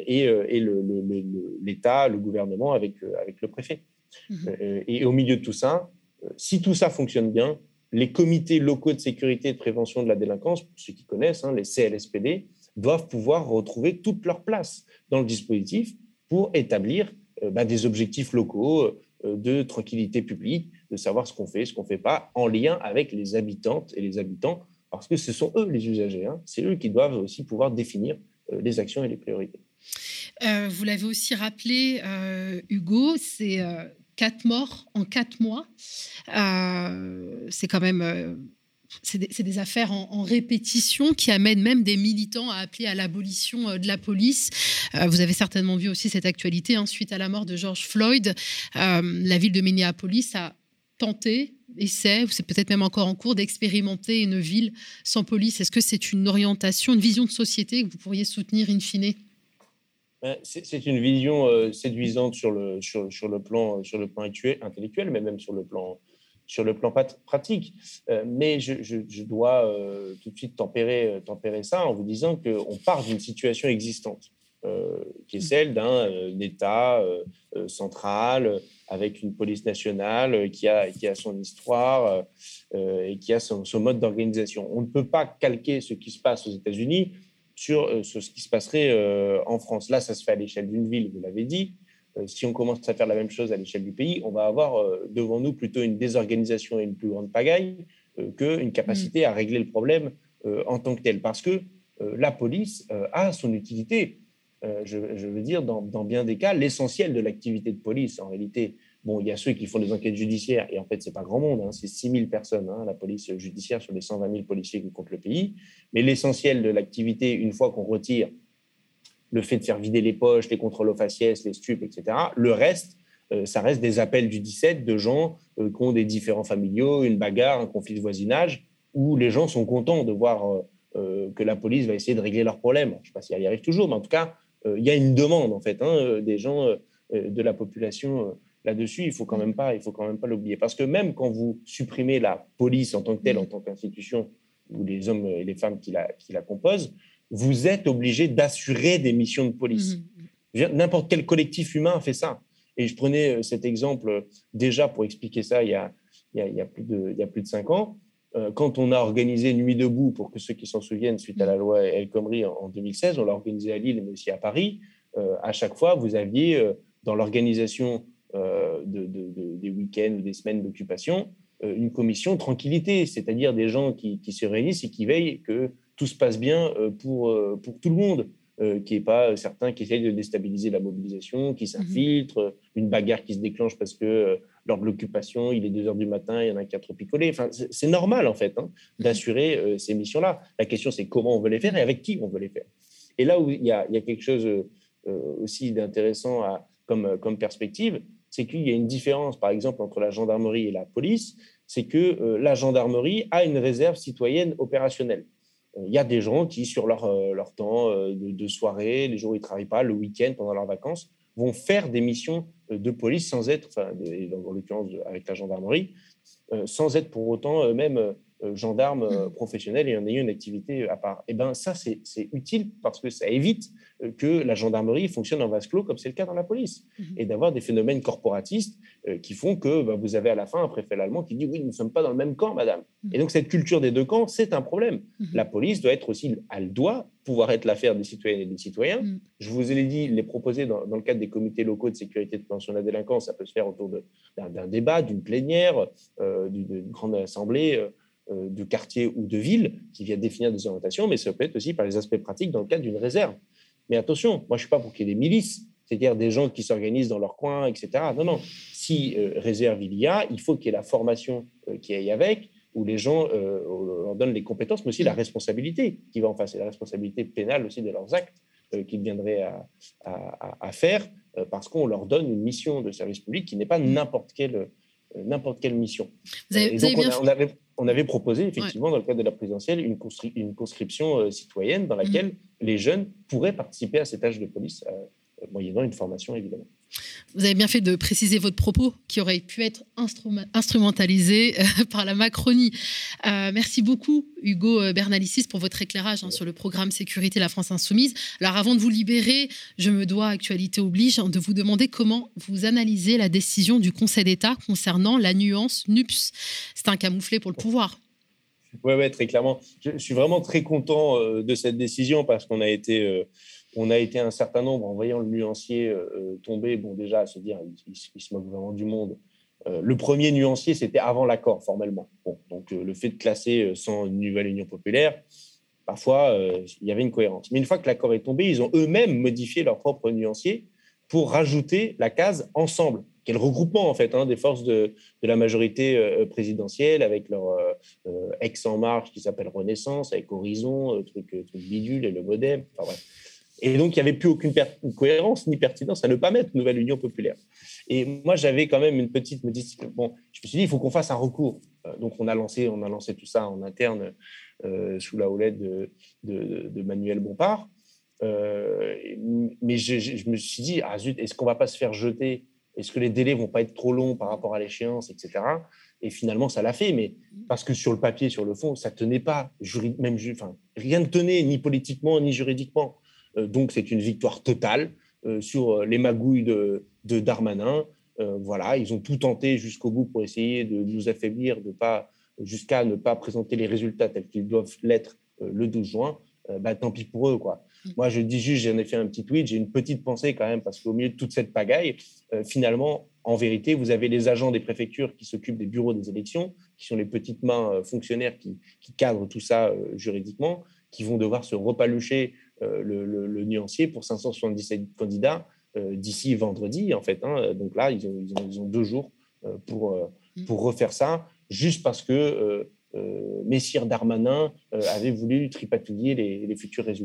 l'État, le gouvernement avec le préfet. Et au milieu de tout ça, si tout ça fonctionne bien, les comités locaux de sécurité et de prévention de la délinquance, pour ceux qui connaissent, les CLSPD, doivent pouvoir retrouver toute leur place dans le dispositif pour établir des objectifs locaux de tranquillité publique, de savoir ce qu'on fait, ce qu'on ne fait pas, en lien avec les habitantes et les habitants, parce que ce sont eux les usagers. C'est eux qui doivent aussi pouvoir définir les actions et les priorités. Vous l'avez aussi rappelé, Hugo, c'est 4 morts en 4 mois. C'est quand même... C'est des affaires en répétition qui amènent même des militants à appeler à l'abolition de la police. Vous avez certainement vu aussi cette actualité, suite à la mort de George Floyd. La ville de Minneapolis a tenté, c'est peut-être même encore en cours, d'expérimenter une ville sans police. Est-ce que c'est une orientation, une vision de société que vous pourriez soutenir in fine ? C'est une vision séduisante sur le plan intellectuel, mais même sur le plan pratique. Mais je dois tout de suite tempérer ça en vous disant qu'on part d'une situation existante, qui est celle d'un État central, avec une police nationale qui a son histoire et qui a son mode d'organisation. On ne peut pas calquer ce qui se passe aux États-Unis sur ce qui se passerait en France. Là, ça se fait à l'échelle d'une ville, vous l'avez dit. Si on commence à faire la même chose à l'échelle du pays, on va avoir devant nous plutôt une désorganisation et une plus grande pagaille qu'une capacité à régler le problème en tant que tel. Parce que la police a son utilité. Je veux dire, dans bien des cas, l'essentiel de l'activité de police, en réalité, il y a ceux qui font des enquêtes judiciaires, et en fait, ce n'est pas grand monde, c'est 6 000 personnes, la police judiciaire sur les 120 000 policiers qui comptent le pays. Mais l'essentiel de l'activité, une fois qu'on retire le fait de faire vider les poches, les contrôles aux faciès, les stupes, etc., le reste, ça reste des appels du 17 de gens qui ont des différends familiaux, une bagarre, un conflit de voisinage, où les gens sont contents de voir que la police va essayer de régler leurs problèmes. Je ne sais pas si elle y arrive toujours, mais en tout cas, il y a une demande en fait des gens, de la population là-dessus. Il faut quand même pas l'oublier, parce que même quand vous supprimez la police en tant que telle, en tant qu'institution, ou les hommes et les femmes qui la composent, vous êtes obligé d'assurer des missions de police. N'importe quel collectif humain fait ça. Et je prenais cet exemple déjà pour expliquer ça il y a plus de 5 ans. Quand on a organisé Nuit debout, pour que ceux qui s'en souviennent, suite à la loi El Khomri en 2016, on l'a organisé à Lille mais aussi à Paris. À chaque fois, vous aviez dans l'organisation des week-ends ou des semaines d'occupation une commission tranquillité, c'est-à-dire des gens qui se réunissent et qui veillent que tout se passe bien pour tout le monde. Qu'il n'y ait pas certains qui essayent de déstabiliser la mobilisation, qui s'infiltrent, une bagarre qui se déclenche parce que lors de l'occupation, il est 2h du matin, il y en a 4 picolés. Enfin, c'est normal, en fait, d'assurer ces missions-là. La question, c'est comment on veut les faire et avec qui on veut les faire. Et là où il y a quelque chose aussi d'intéressant comme perspective, c'est qu'il y a une différence, par exemple, entre la gendarmerie et la police, c'est que la gendarmerie a une réserve citoyenne opérationnelle. Il y a des gens qui, sur leur temps de soirée, les jours où ils ne travaillent pas, le week-end, pendant leurs vacances, vont faire des missions de police sans être, en l'occurrence avec la gendarmerie, sans être pour autant eux-mêmes gendarmes professionnels et en ayant une activité à part. Et bien ça, c'est utile parce que ça évite que la gendarmerie fonctionne en vase clos comme c'est le cas dans la police et d'avoir des phénomènes corporatistes qui font que vous avez à la fin un préfet allemand qui dit « oui, nous ne sommes pas dans le même camp, madame ». Et donc cette culture des deux camps, c'est un problème. La police doit être aussi, elle doit pouvoir être l'affaire des citoyennes et des citoyens. Je vous ai dit, les proposer dans le cadre des comités locaux de sécurité de prévention de la délinquance, ça peut se faire autour d'un débat, d'une plénière, d'une grande assemblée de quartier ou de ville qui vient définir des orientations, mais ça peut être aussi par les aspects pratiques dans le cadre d'une réserve. Mais attention, moi je ne suis pas pour qu'il y ait des milices, c'est-à-dire des gens qui s'organisent dans leur coin, etc. Non. Si réserve il y a, il faut qu'il y ait la formation qui aille avec, où les gens on leur donne les compétences, mais aussi la responsabilité qui va en face, et la responsabilité pénale aussi de leurs actes qu'ils viendraient à faire, parce qu'on leur donne une mission de service public qui n'est pas n'importe quelle mission. On avait proposé, effectivement, dans le cadre de la présidentielle, une conscription citoyenne dans laquelle les jeunes pourraient participer à ces tâches de police, moyennant une formation, évidemment. Vous avez bien fait de préciser votre propos qui aurait pu être instrumentalisé par la Macronie. Merci beaucoup, Hugo Bernalicis, pour votre éclairage sur le programme Sécurité La France Insoumise. Alors, avant de vous libérer, je me dois, actualité oblige, de vous demander comment vous analysez la décision du Conseil d'État concernant la nuance NUPS. C'est un camouflet pour le pouvoir. Oui, très clairement. Je suis vraiment très content de cette décision parce qu'on a été un certain nombre, en voyant le nuancier tomber, déjà à se dire il se moque vraiment du monde. Le premier nuancier, c'était avant l'accord, formellement. Donc le fait de classer sans une nouvelle union populaire, parfois, il y avait une cohérence. Mais une fois que l'accord est tombé, ils ont eux-mêmes modifié leur propre nuancier pour rajouter la case « ensemble », qui est le regroupement en fait, des forces de la majorité présidentielle, avec leur ex-En Marche qui s'appelle Renaissance, avec Horizon, truc bidule et le Modem, enfin bref. Et donc, il n'y avait plus aucune cohérence ni pertinence à ne pas mettre nouvelle union populaire. Et moi, j'avais quand même une petite... je me suis dit, il faut qu'on fasse un recours. Donc, on a lancé tout ça en interne sous la houlette de Manuel Bompard. Mais je me suis dit, zut, est-ce qu'on ne va pas se faire jeter ? Est-ce que les délais ne vont pas être trop longs par rapport à l'échéance, etc. Et finalement, ça l'a fait, mais parce que sur le papier, sur le fond, ça ne tenait pas. Rien ne tenait, ni politiquement, ni juridiquement. Donc, c'est une victoire totale sur les magouilles de Darmanin. Ils ont tout tenté jusqu'au bout pour essayer de nous affaiblir, jusqu'à ne pas présenter les résultats tels qu'ils doivent l'être le 12 juin. Tant pis pour eux, quoi. Moi, je dis juste, j'en ai fait un petit tweet, j'ai une petite pensée quand même, parce qu'au milieu de toute cette pagaille, finalement, en vérité, vous avez les agents des préfectures qui s'occupent des bureaux des élections, qui sont les petites mains fonctionnaires qui cadrent tout ça juridiquement, qui vont devoir se repalucher le nuancier pour 577 candidats d'ici vendredi, en fait. Donc là, ils ont 2 jours pour refaire ça, juste parce que Messire Darmanin avait voulu tripatouiller les futurs résultats.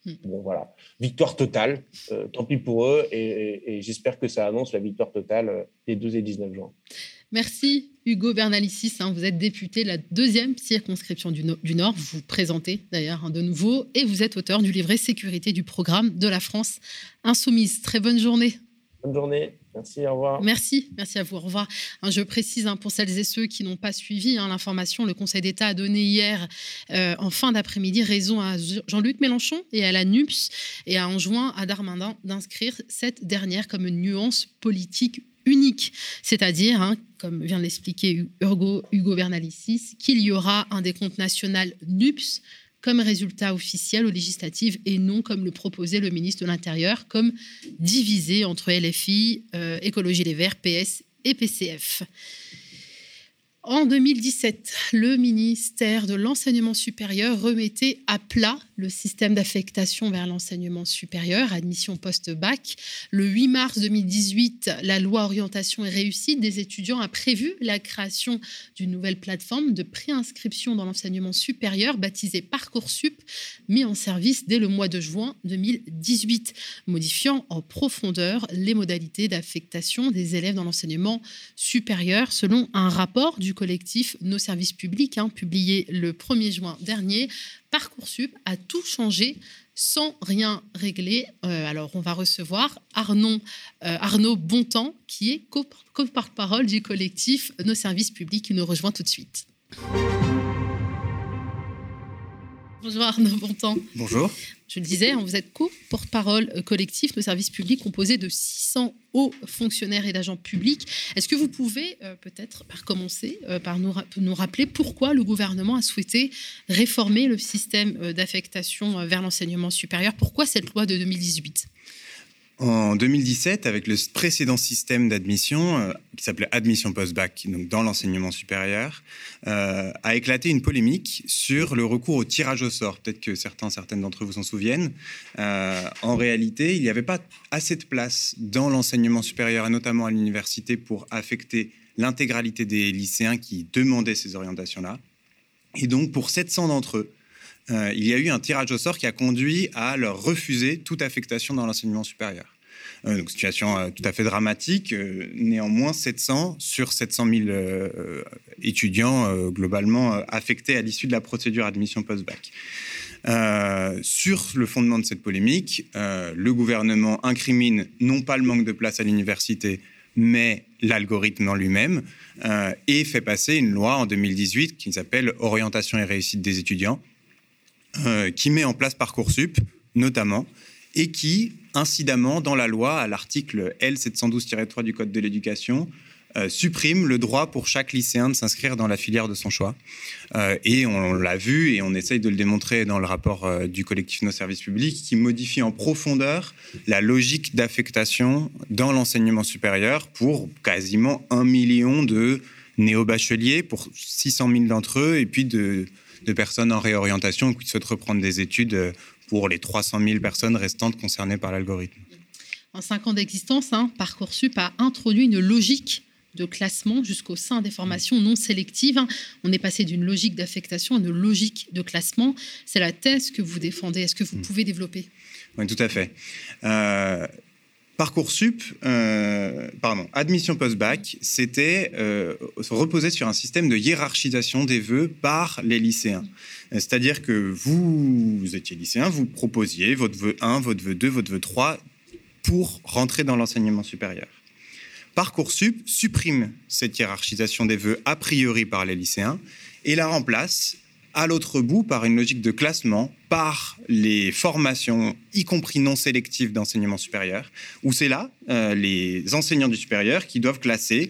Bon, voilà. Victoire totale. Tant pis pour eux. Et j'espère que ça annonce la victoire totale des 12 et 19 juin. Merci Hugo Bernalicis, vous êtes député de la 2e circonscription du Nord, vous vous présentez d'ailleurs de nouveau et vous êtes auteur du livret sécurité du programme de la France Insoumise. Très bonne journée. Bonne journée, merci, au revoir. Merci à vous, au revoir. Je précise pour celles et ceux qui n'ont pas suivi l'information, le Conseil d'État a donné hier en fin d'après-midi raison à Jean-Luc Mélenchon et à la NUPES et a enjoint à Darmanin d'inscrire cette dernière comme une nuance politique unique, c'est-à-dire, comme vient de l'expliquer Hugo Bernalicis, qu'il y aura un décompte national NUPES comme résultat officiel aux législatives et non comme le proposait le ministre de l'Intérieur, comme divisé entre LFI, Écologie Les Verts, PS et PCF. En 2017, le ministère de l'Enseignement supérieur remettait à plat le système d'affectation vers l'enseignement supérieur, admission post-bac. Le 8 mars 2018, la loi Orientation et réussite des étudiants a prévu la création d'une nouvelle plateforme de préinscription dans l'enseignement supérieur baptisée Parcoursup, mis en service dès le mois de juin 2018, modifiant en profondeur les modalités d'affectation des élèves dans l'enseignement supérieur selon un rapport du collectif Nos Services Publics, publié le 1er juin dernier. Parcoursup a tout changé sans rien régler. Alors, on va recevoir Arnaud Bontemps, qui est co-porte-parole du collectif Nos Services Publics, qui nous rejoint tout de suite. Bonjour Arnaud Bontemps. Bonjour. Je le disais, vous êtes co-porte-parole collectif de services publics composé de 600 hauts fonctionnaires et d'agents publics. Est-ce que vous pouvez peut-être commencer par nous rappeler pourquoi le gouvernement a souhaité réformer le système d'affectation vers l'enseignement supérieur? Pourquoi cette loi de 2018 ? En 2017, avec le précédent système d'admission, qui s'appelait admission post-bac, donc dans l'enseignement supérieur, a éclaté une polémique sur le recours au tirage au sort. Peut-être que certaines d'entre vous s'en souviennent. En réalité, il n'y avait pas assez de place dans l'enseignement supérieur, et notamment à l'université, pour affecter l'intégralité des lycéens qui demandaient ces orientations-là. Et donc, pour 700 d'entre eux, il y a eu un tirage au sort qui a conduit à leur refuser toute affectation dans l'enseignement supérieur. Donc, situation tout à fait dramatique. Néanmoins, 700 sur 700 000 étudiants globalement affectés à l'issue de la procédure admission post-bac. Sur le fondement de cette polémique, le gouvernement incrimine non pas le manque de place à l'université, mais l'algorithme en lui-même, et fait passer une loi en 2018 qui s'appelle « Orientation et réussite des étudiants », qui met en place Parcoursup, notamment, et qui, incidemment, dans la loi, à l'article L712-3 du Code de l'éducation, supprime le droit pour chaque lycéen de s'inscrire dans la filière de son choix. Et on l'a vu, et on essaye de le démontrer dans le rapport du collectif Nos Services Publics, qui modifie en profondeur la logique d'affectation dans l'enseignement supérieur pour quasiment 1 million de néo-bacheliers, pour 600 000 d'entre eux, et puis de personnes en réorientation qui souhaitent reprendre des études pour les 300 000 personnes restantes concernées par l'algorithme. En 5 ans d'existence, Parcoursup a introduit une logique de classement jusqu'au sein des formations non sélectives. On est passé d'une logique d'affectation à une logique de classement. C'est la thèse que vous défendez. Est-ce que vous pouvez développer ? Oui, tout à fait. Parcoursup, admission post-bac, c'était reposer sur un système de hiérarchisation des vœux par les lycéens. C'est-à-dire que vous étiez lycéen, vous proposiez votre vœu 1, votre vœu 2, votre vœu 3 pour rentrer dans l'enseignement supérieur. Parcoursup supprime cette hiérarchisation des vœux a priori par les lycéens et la remplace à l'autre bout par une logique de classement par les formations, y compris non sélectives d'enseignement supérieur, où c'est là les enseignants du supérieur qui doivent classer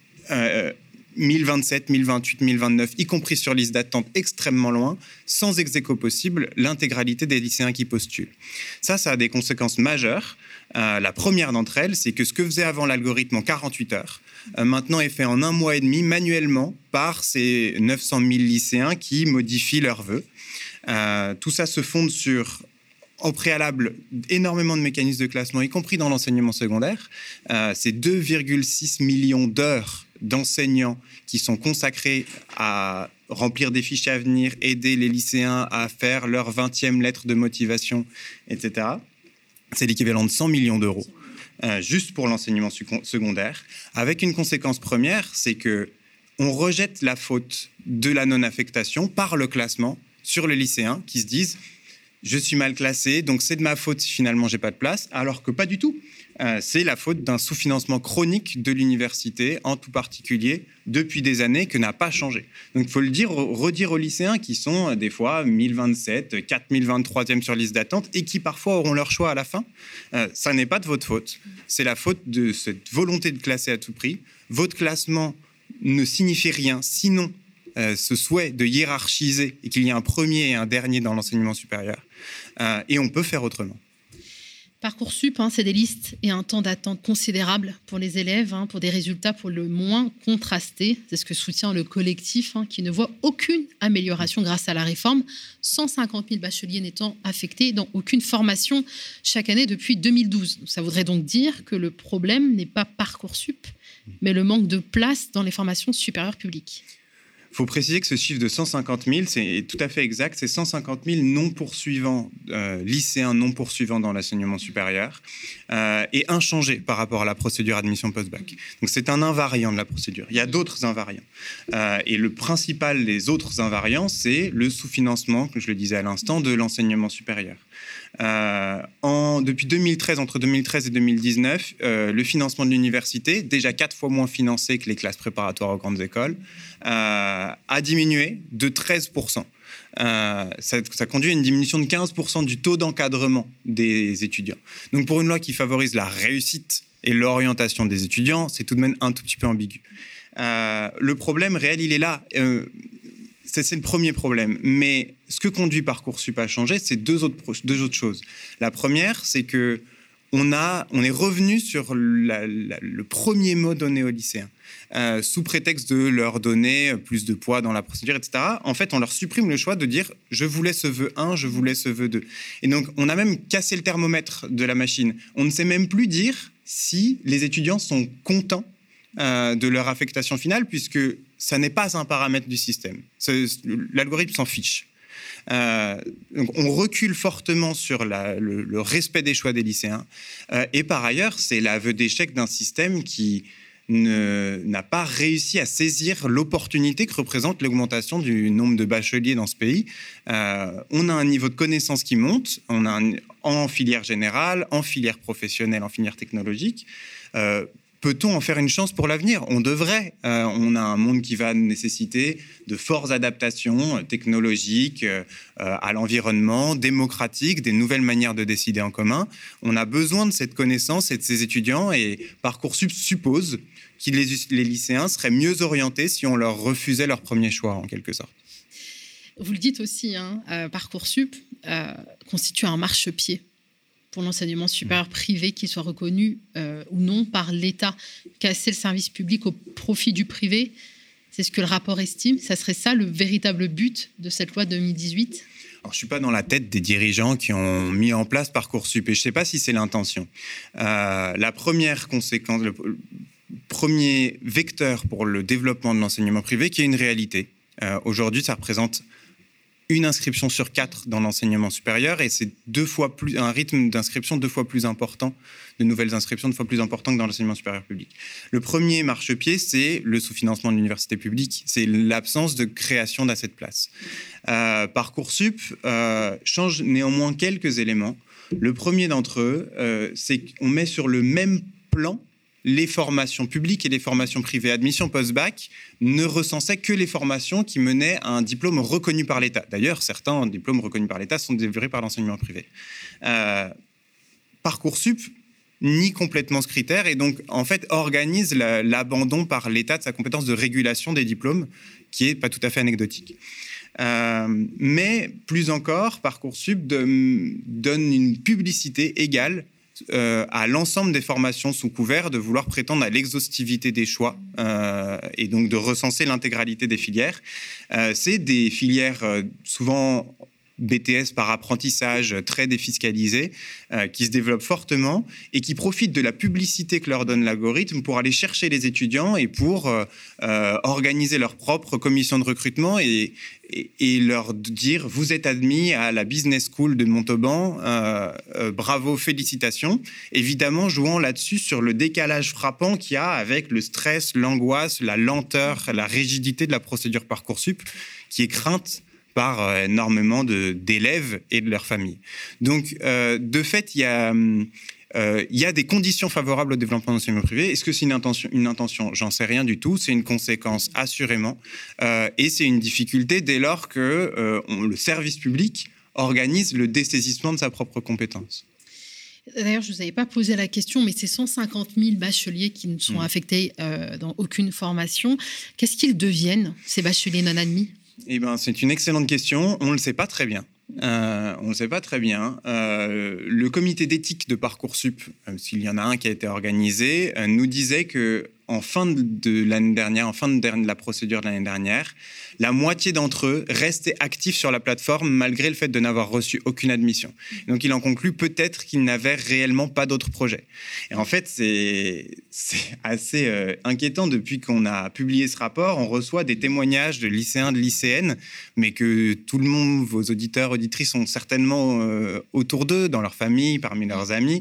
1027, 1028, 1029, y compris sur liste d'attente extrêmement loin, sans ex-aequo possible, l'intégralité des lycéens qui postulent. Ça a des conséquences majeures. La première d'entre elles, c'est que ce que faisait avant l'algorithme en 48 heures, maintenant est fait en 1 mois et demi manuellement par ces 900 000 lycéens qui modifient leurs vœux. Tout ça se fonde sur, au préalable, énormément de mécanismes de classement, y compris dans l'enseignement secondaire. C'est 2,6 millions d'heures d'enseignants qui sont consacrés à remplir des fichiers à venir, aider les lycéens à faire leur 20e lettre de motivation, etc. C'est l'équivalent de 100 millions d'euros, juste pour l'enseignement secondaire, avec une conséquence première, c'est qu'on rejette la faute de la non-affectation par le classement sur les lycéens qui se disent « je suis mal classé, donc c'est de ma faute si finalement j'ai pas de place », alors que pas du tout. C'est la faute d'un sous-financement chronique de l'université, en tout particulier, depuis des années, que n'a pas changé. Donc il faut le dire, redire aux lycéens qui sont des fois 1027, 4023e sur liste d'attente et qui parfois auront leur choix à la fin. Ça n'est pas de votre faute. C'est la faute de cette volonté de classer à tout prix. Votre classement ne signifie rien, sinon ce souhait de hiérarchiser et qu'il y ait un premier et un dernier dans l'enseignement supérieur. Et on peut faire autrement. Parcoursup, c'est des listes et un temps d'attente considérable pour les élèves, pour des résultats pour le moins contrastés. C'est ce que soutient le collectif qui ne voit aucune amélioration grâce à la réforme. 150 000 bacheliers n'étant affectés dans aucune formation chaque année depuis 2012. Ça voudrait donc dire que le problème n'est pas Parcoursup, mais le manque de place dans les formations supérieures publiques. Il faut préciser que ce chiffre de 150 000, c'est tout à fait exact. C'est 150 000 non-poursuivants, lycéens non-poursuivants dans l'enseignement supérieur et inchangés par rapport à la procédure admission post-bac. Donc, c'est un invariant de la procédure. Il y a d'autres invariants. Et le principal des autres invariants, c'est le sous-financement, que je le disais à l'instant, de l'enseignement supérieur. Depuis 2013, entre 2013 et 2019, le financement de l'université, déjà 4 fois moins financé que les classes préparatoires aux grandes écoles, a diminué de 13%. Ça conduit à une diminution de 15% du taux d'encadrement des étudiants. Donc pour une loi qui favorise la réussite et l'orientation des étudiants, c'est tout de même un tout petit peu ambigu. Le problème réel, il est là. C'est le premier problème. Mais ce que conduit Parcoursup à changer, c'est deux autres choses. La première, c'est que on est revenu sur le premier mot donné aux lycéens, sous prétexte de leur donner plus de poids dans la procédure, etc. En fait, on leur supprime le choix de dire « je voulais ce vœu 1, je voulais ce vœu 2 ». Et donc, on a même cassé le thermomètre de la machine. On ne sait même plus dire si les étudiants sont contents de leur affectation finale, puisque ça n'est pas un paramètre du système. L'algorithme s'en fiche. Donc on recule fortement sur le respect des choix des lycéens. Et par ailleurs, c'est l'aveu d'échec d'un système qui n'a pas réussi à saisir l'opportunité que représente l'augmentation du nombre de bacheliers dans ce pays. On a un niveau de connaissance qui monte, en filière générale, en filière professionnelle, en filière technologique. Peut-on en faire une chance pour l'avenir ? On devrait. On a un monde qui va nécessiter de fortes adaptations technologiques à l'environnement, démocratiques, des nouvelles manières de décider en commun. On a besoin de cette connaissance et de ces étudiants, et Parcoursup suppose que les lycéens seraient mieux orientés si on leur refusait leur premier choix, en quelque sorte. Vous le dites aussi, Parcoursup constitue un marchepied pour l'enseignement supérieur privé, qui soit reconnu ou non par l'État. Casser le service public au profit du privé, c'est ce que le rapport estime. Ça serait ça le véritable but de cette loi 2018 ? Alors, je ne suis pas dans la tête des dirigeants qui ont mis en place Parcoursup et je ne sais pas si c'est l'intention. La première conséquence, le premier vecteur pour le développement de l'enseignement privé, qui est une réalité. Aujourd'hui, ça représente une inscription sur 4 dans l'enseignement supérieur et c'est un rythme d'inscription 2 fois plus important, de nouvelles inscriptions 2 fois plus important que dans l'enseignement supérieur public. Le premier marchepied, c'est le sous-financement de l'université publique, c'est l'absence de création d'assez de place. Parcoursup change néanmoins quelques éléments. Le premier d'entre eux, c'est qu'on met sur le même plan les formations publiques et les formations privées. Admission post-bac ne recensait que les formations qui menaient à un diplôme reconnu par l'État. D'ailleurs, certains diplômes reconnus par l'État sont délivrés par l'enseignement privé. Parcoursup nie complètement ce critère et donc, en fait, organise l'abandon par l'État de sa compétence de régulation des diplômes, qui n'est pas tout à fait anecdotique. Mais plus encore, Parcoursup donne une publicité égale à l'ensemble des formations sous couvert de vouloir prétendre à l'exhaustivité des choix et donc de recenser l'intégralité des filières. C'est des filières souvent BTS par apprentissage très défiscalisés qui se développent fortement et qui profitent de la publicité que leur donne l'algorithme pour aller chercher les étudiants et pour organiser leur propre commission de recrutement et leur dire « Vous êtes admis à la Business School de Montauban, bravo, félicitations », évidemment jouant là-dessus sur le décalage frappant qu'il y a avec le stress, l'angoisse, la lenteur, la rigidité de la procédure Parcoursup qui est crainte par énormément d'élèves et de leurs familles. Donc, de fait, il y a des conditions favorables au développement de l'enseignement privé. Est-ce que c'est une intention ? J'en sais rien du tout. C'est une conséquence, assurément. Et c'est une difficulté dès lors que le service public organise le dessaisissement de sa propre compétence. D'ailleurs, je ne vous avais pas posé la question, mais ces 150 000 bacheliers qui ne sont affectés dans aucune formation, qu'est-ce qu'ils deviennent, ces bacheliers non admis ? Eh ben, c'est une excellente question. On ne le sait pas très bien. On ne sait pas très bien. Le comité d'éthique de Parcoursup, s'il y en a un qui a été organisé, nous disait que en fin de l'année dernière, en fin de la procédure de l'année dernière, la moitié d'entre eux restaient actifs sur la plateforme malgré le fait de n'avoir reçu aucune admission. Donc, il en conclut peut-être qu'ils n'avaient réellement pas d'autres projets. Et en fait, c'est assez inquiétant. Depuis qu'on a publié ce rapport, on reçoit des témoignages de lycéens, de lycéennes, mais que tout le monde, vos auditeurs, auditrices, sont certainement autour d'eux, dans leur famille, parmi leurs amis.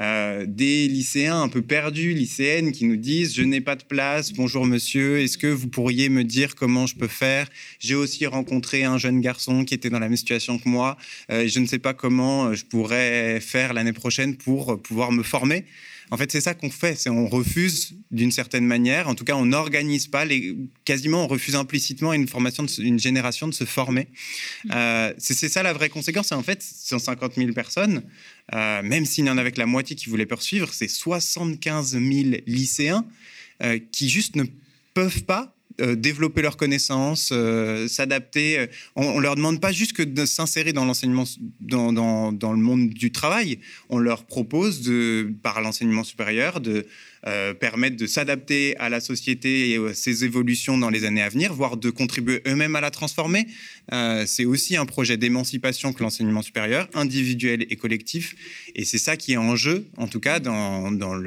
Des lycéens un peu perdus, lycéennes, qui nous disent « Je n'ai pas de place, bonjour monsieur, est-ce que vous pourriez me dire comment je peux faire ? J'ai aussi rencontré un jeune garçon qui était dans la même situation que moi, je ne sais pas comment je pourrais faire l'année prochaine pour pouvoir me former ». En fait, c'est ça qu'on fait, on refuse d'une certaine manière, en tout cas on n'organise pas, quasiment on refuse implicitement une génération de se former. C'est ça la vraie conséquence, et en fait 150 000 personnes, même s'il y en avait que la moitié qui voulaient poursuivre, c'est 75 000 lycéens qui juste ne peuvent pas développer leurs connaissances, s'adapter. On ne leur demande pas juste que de s'insérer dans l'enseignement, dans le monde du travail. On leur propose, par l'enseignement supérieur, de permettre de s'adapter à la société et à ses évolutions dans les années à venir, voire de contribuer eux-mêmes à la transformer. C'est aussi un projet d'émancipation que l'enseignement supérieur, individuel et collectif. Et c'est ça qui est en jeu, en tout cas, dans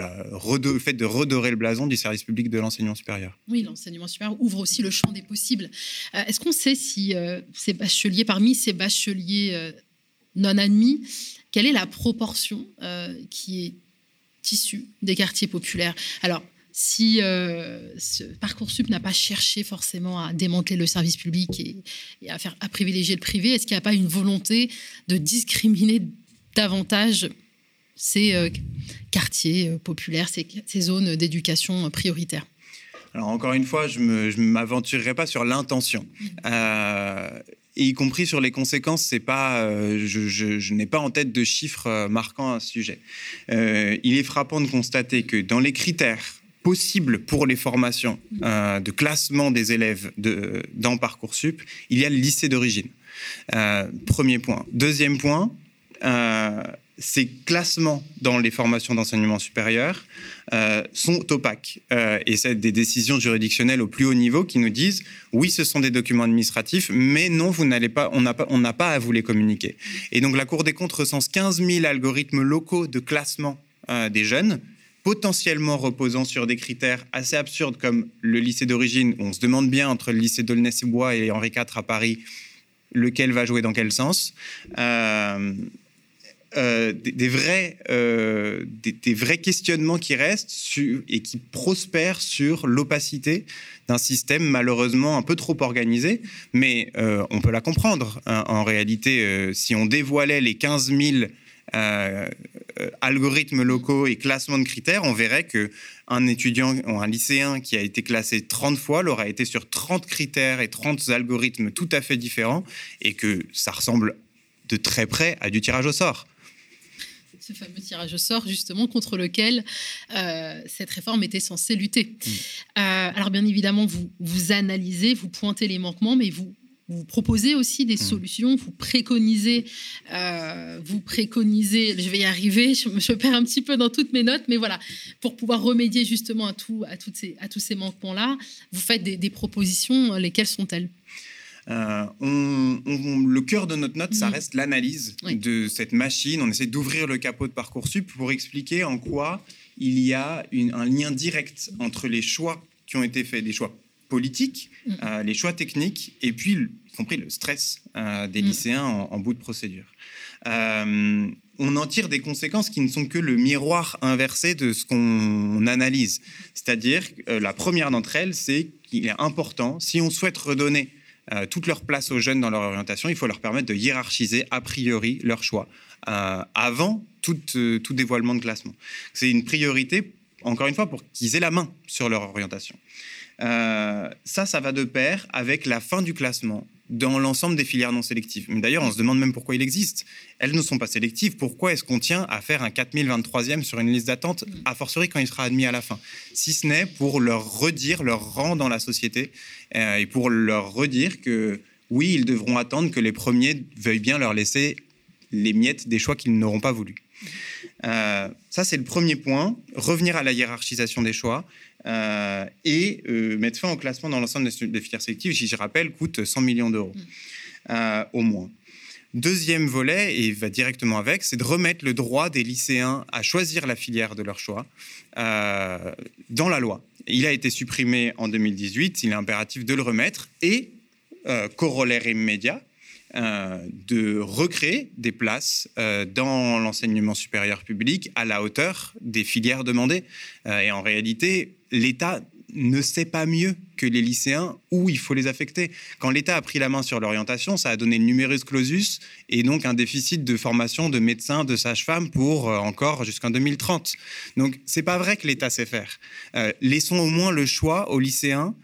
le fait de redorer le blason du service public de l'enseignement supérieur. Oui, l'enseignement supérieur ouvre aussi le champ des possibles. Est-ce qu'on sait si parmi ces bacheliers non admis, quelle est la proportion qui est issue des quartiers populaires ? Alors, si Parcoursup n'a pas cherché forcément à démanteler le service public et à privilégier le privé, est-ce qu'il n'y a pas une volonté de discriminer davantage ces quartiers populaires, ces zones d'éducation prioritaire ? Alors, encore une fois, je ne m'aventurerai pas sur l'intention. Et y compris sur les conséquences, c'est pas, je n'ai pas en tête de chiffres marquant un sujet. Il est frappant de constater que dans les critères possibles pour les formations de classement des élèves dans Parcoursup, il y a le lycée d'origine. Premier point. Deuxième point, ces classements dans les formations d'enseignement supérieur sont opaques. Et c'est des décisions juridictionnelles au plus haut niveau qui nous disent « Oui, ce sont des documents administratifs, mais non, on n'a pas à vous les communiquer ». Et donc, la Cour des comptes recense 15 000 algorithmes locaux de classement des jeunes, potentiellement reposant sur des critères assez absurdes comme le lycée d'origine, où on se demande bien entre le lycée d'Aulnay-sous-Bois et Henri IV à Paris, lequel va jouer dans quel sens. Des vrais questionnements qui restent et qui prospèrent sur l'opacité d'un système malheureusement un peu trop organisé, mais on peut la comprendre. En réalité, si on dévoilait les 15 000 algorithmes locaux et classements de critères, on verrait qu'un étudiant ou un lycéen qui a été classé 30 fois l'aura été sur 30 critères et 30 algorithmes tout à fait différents, et que ça ressemble de très près à du tirage au sort. Ce fameux tirage au sort, justement, contre lequel cette réforme était censée lutter. Alors, bien évidemment, vous analysez, vous pointez les manquements, mais vous proposez aussi des solutions, vous préconisez, je vais y arriver, je perds un petit peu dans toutes mes notes, mais voilà, pour pouvoir remédier justement à tous ces manquements-là, vous faites des propositions, lesquelles sont-elles ? Le cœur de notre note, ça reste l'analyse de cette machine. On essaie d'ouvrir le capot de Parcoursup pour expliquer en quoi il y a un lien direct entre les choix qui ont été faits, des choix politiques, les choix techniques, et puis y compris le stress des lycéens en bout de procédure. On en tire des conséquences qui ne sont que le miroir inversé de ce qu'on analyse. C'est-à-dire, la première d'entre elles, c'est qu'il est important, si on souhaite redonner toute leur place aux jeunes dans leur orientation, il faut leur permettre de hiérarchiser a priori leur choix, avant tout dévoilement de classement. C'est une priorité, encore une fois, pour qu'ils aient la main sur leur orientation. Ça va de pair avec la fin du classement dans l'ensemble des filières non sélectives. Mais d'ailleurs, on se demande même pourquoi il existe. Elles ne sont pas sélectives. Pourquoi est-ce qu'on tient à faire un 4023e sur une liste d'attente, a fortiori quand il sera admis à la fin? Si ce n'est pour leur redire leur rang dans la société et pour leur redire que oui, ils devront attendre que les premiers veuillent bien leur laisser les miettes des choix qu'ils n'auront pas voulu. Ça, c'est le premier point. Revenir à la hiérarchisation des choix et mettre fin au classement dans l'ensemble des filières sélectives, qui, je rappelle, coûte 100 millions d'euros au moins. Deuxième volet, et va directement avec, c'est de remettre le droit des lycéens à choisir la filière de leur choix dans la loi. Il a été supprimé en 2018, il est impératif de le remettre et, corollaire immédiat, de recréer des places dans l'enseignement supérieur public à la hauteur des filières demandées. Et en réalité, l'État ne sait pas mieux que les lycéens où il faut les affecter. Quand l'État a pris la main sur l'orientation, ça a donné le numerus clausus et donc un déficit de formation de médecins, de sages-femmes pour encore jusqu'en 2030. Donc, c'est pas vrai que l'État sait faire. Laissons au moins le choix aux lycéens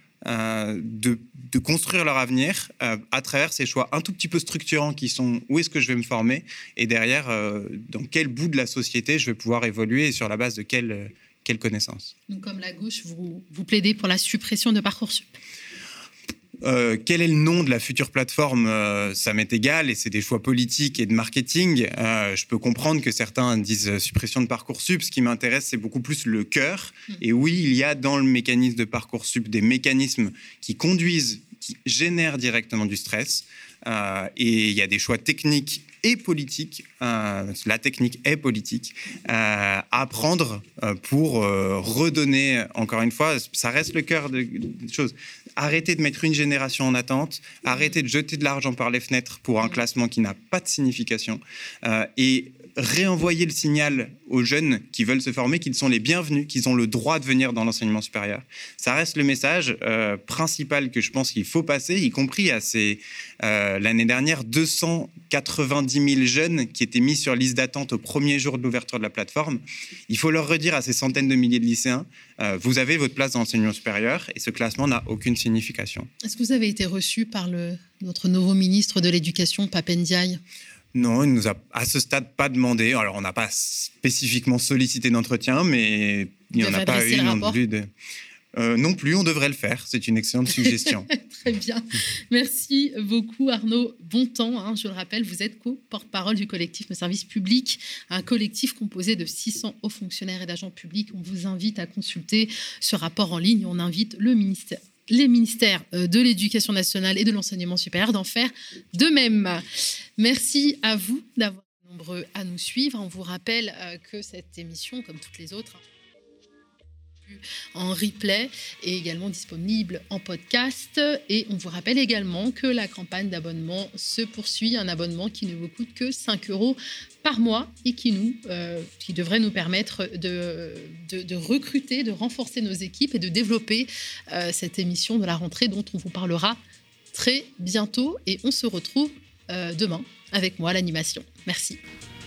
de construire leur avenir à travers ces choix un tout petit peu structurants qui sont où est-ce que je vais me former et derrière dans quel bout de la société je vais pouvoir évoluer et sur la base de quelles connaissances. Donc, comme la gauche, vous plaidez pour la suppression de Parcoursup. Quel est le nom de la future plateforme, ça m'est égal et c'est des choix politiques et de marketing. Je peux comprendre que certains disent suppression de Parcoursup. Ce qui m'intéresse, c'est beaucoup plus le cœur. Et oui, il y a dans le mécanisme de Parcoursup des mécanismes qui génèrent directement du stress. Et il y a des choix techniques et politiques, la technique est politique, à prendre pour redonner, encore une fois, ça reste le cœur des choses. Arrêtez de mettre une génération en attente, arrêtez de jeter de l'argent par les fenêtres pour un classement qui n'a pas de signification et réenvoyer le signal aux jeunes qui veulent se former qu'ils sont les bienvenus, qu'ils ont le droit de venir dans l'enseignement supérieur. Ça reste le message principal que je pense qu'il faut passer, y compris à l'année dernière, 290 000 jeunes qui étaient mis sur liste d'attente au premier jour de l'ouverture de la plateforme. Il faut leur redire à ces centaines de milliers de lycéens, vous avez votre place dans l'enseignement supérieur et ce classement n'a aucune signification. Est-ce que vous avez été reçu par notre nouveau ministre de l'Éducation, Pape Ndiaye ? Non, il ne nous a à ce stade pas demandé. Alors, on n'a pas spécifiquement sollicité d'entretien, mais il n'y en a pas eu non plus. Non plus, on devrait le faire. C'est une excellente suggestion. Très bien. Merci beaucoup, Arnaud Bontemps. Je le rappelle, vous êtes co-porte-parole du collectif de service public, un collectif composé de 600 hauts fonctionnaires et d'agents publics. On vous invite à consulter ce rapport en ligne. On invite les ministères de l'Éducation nationale et de l'enseignement supérieur d'en faire de même. Merci à vous d'avoir été nombreux à nous suivre. On vous rappelle que cette émission, comme toutes les autres, en replay est également disponible en podcast. Et on vous rappelle également que la campagne d'abonnement se poursuit. Un abonnement qui ne vous coûte que 5 € par mois et qui devrait nous permettre de recruter, de renforcer nos équipes et de développer cette émission de la rentrée dont on vous parlera très bientôt. Et on se retrouve demain avec moi à l'animation. Merci.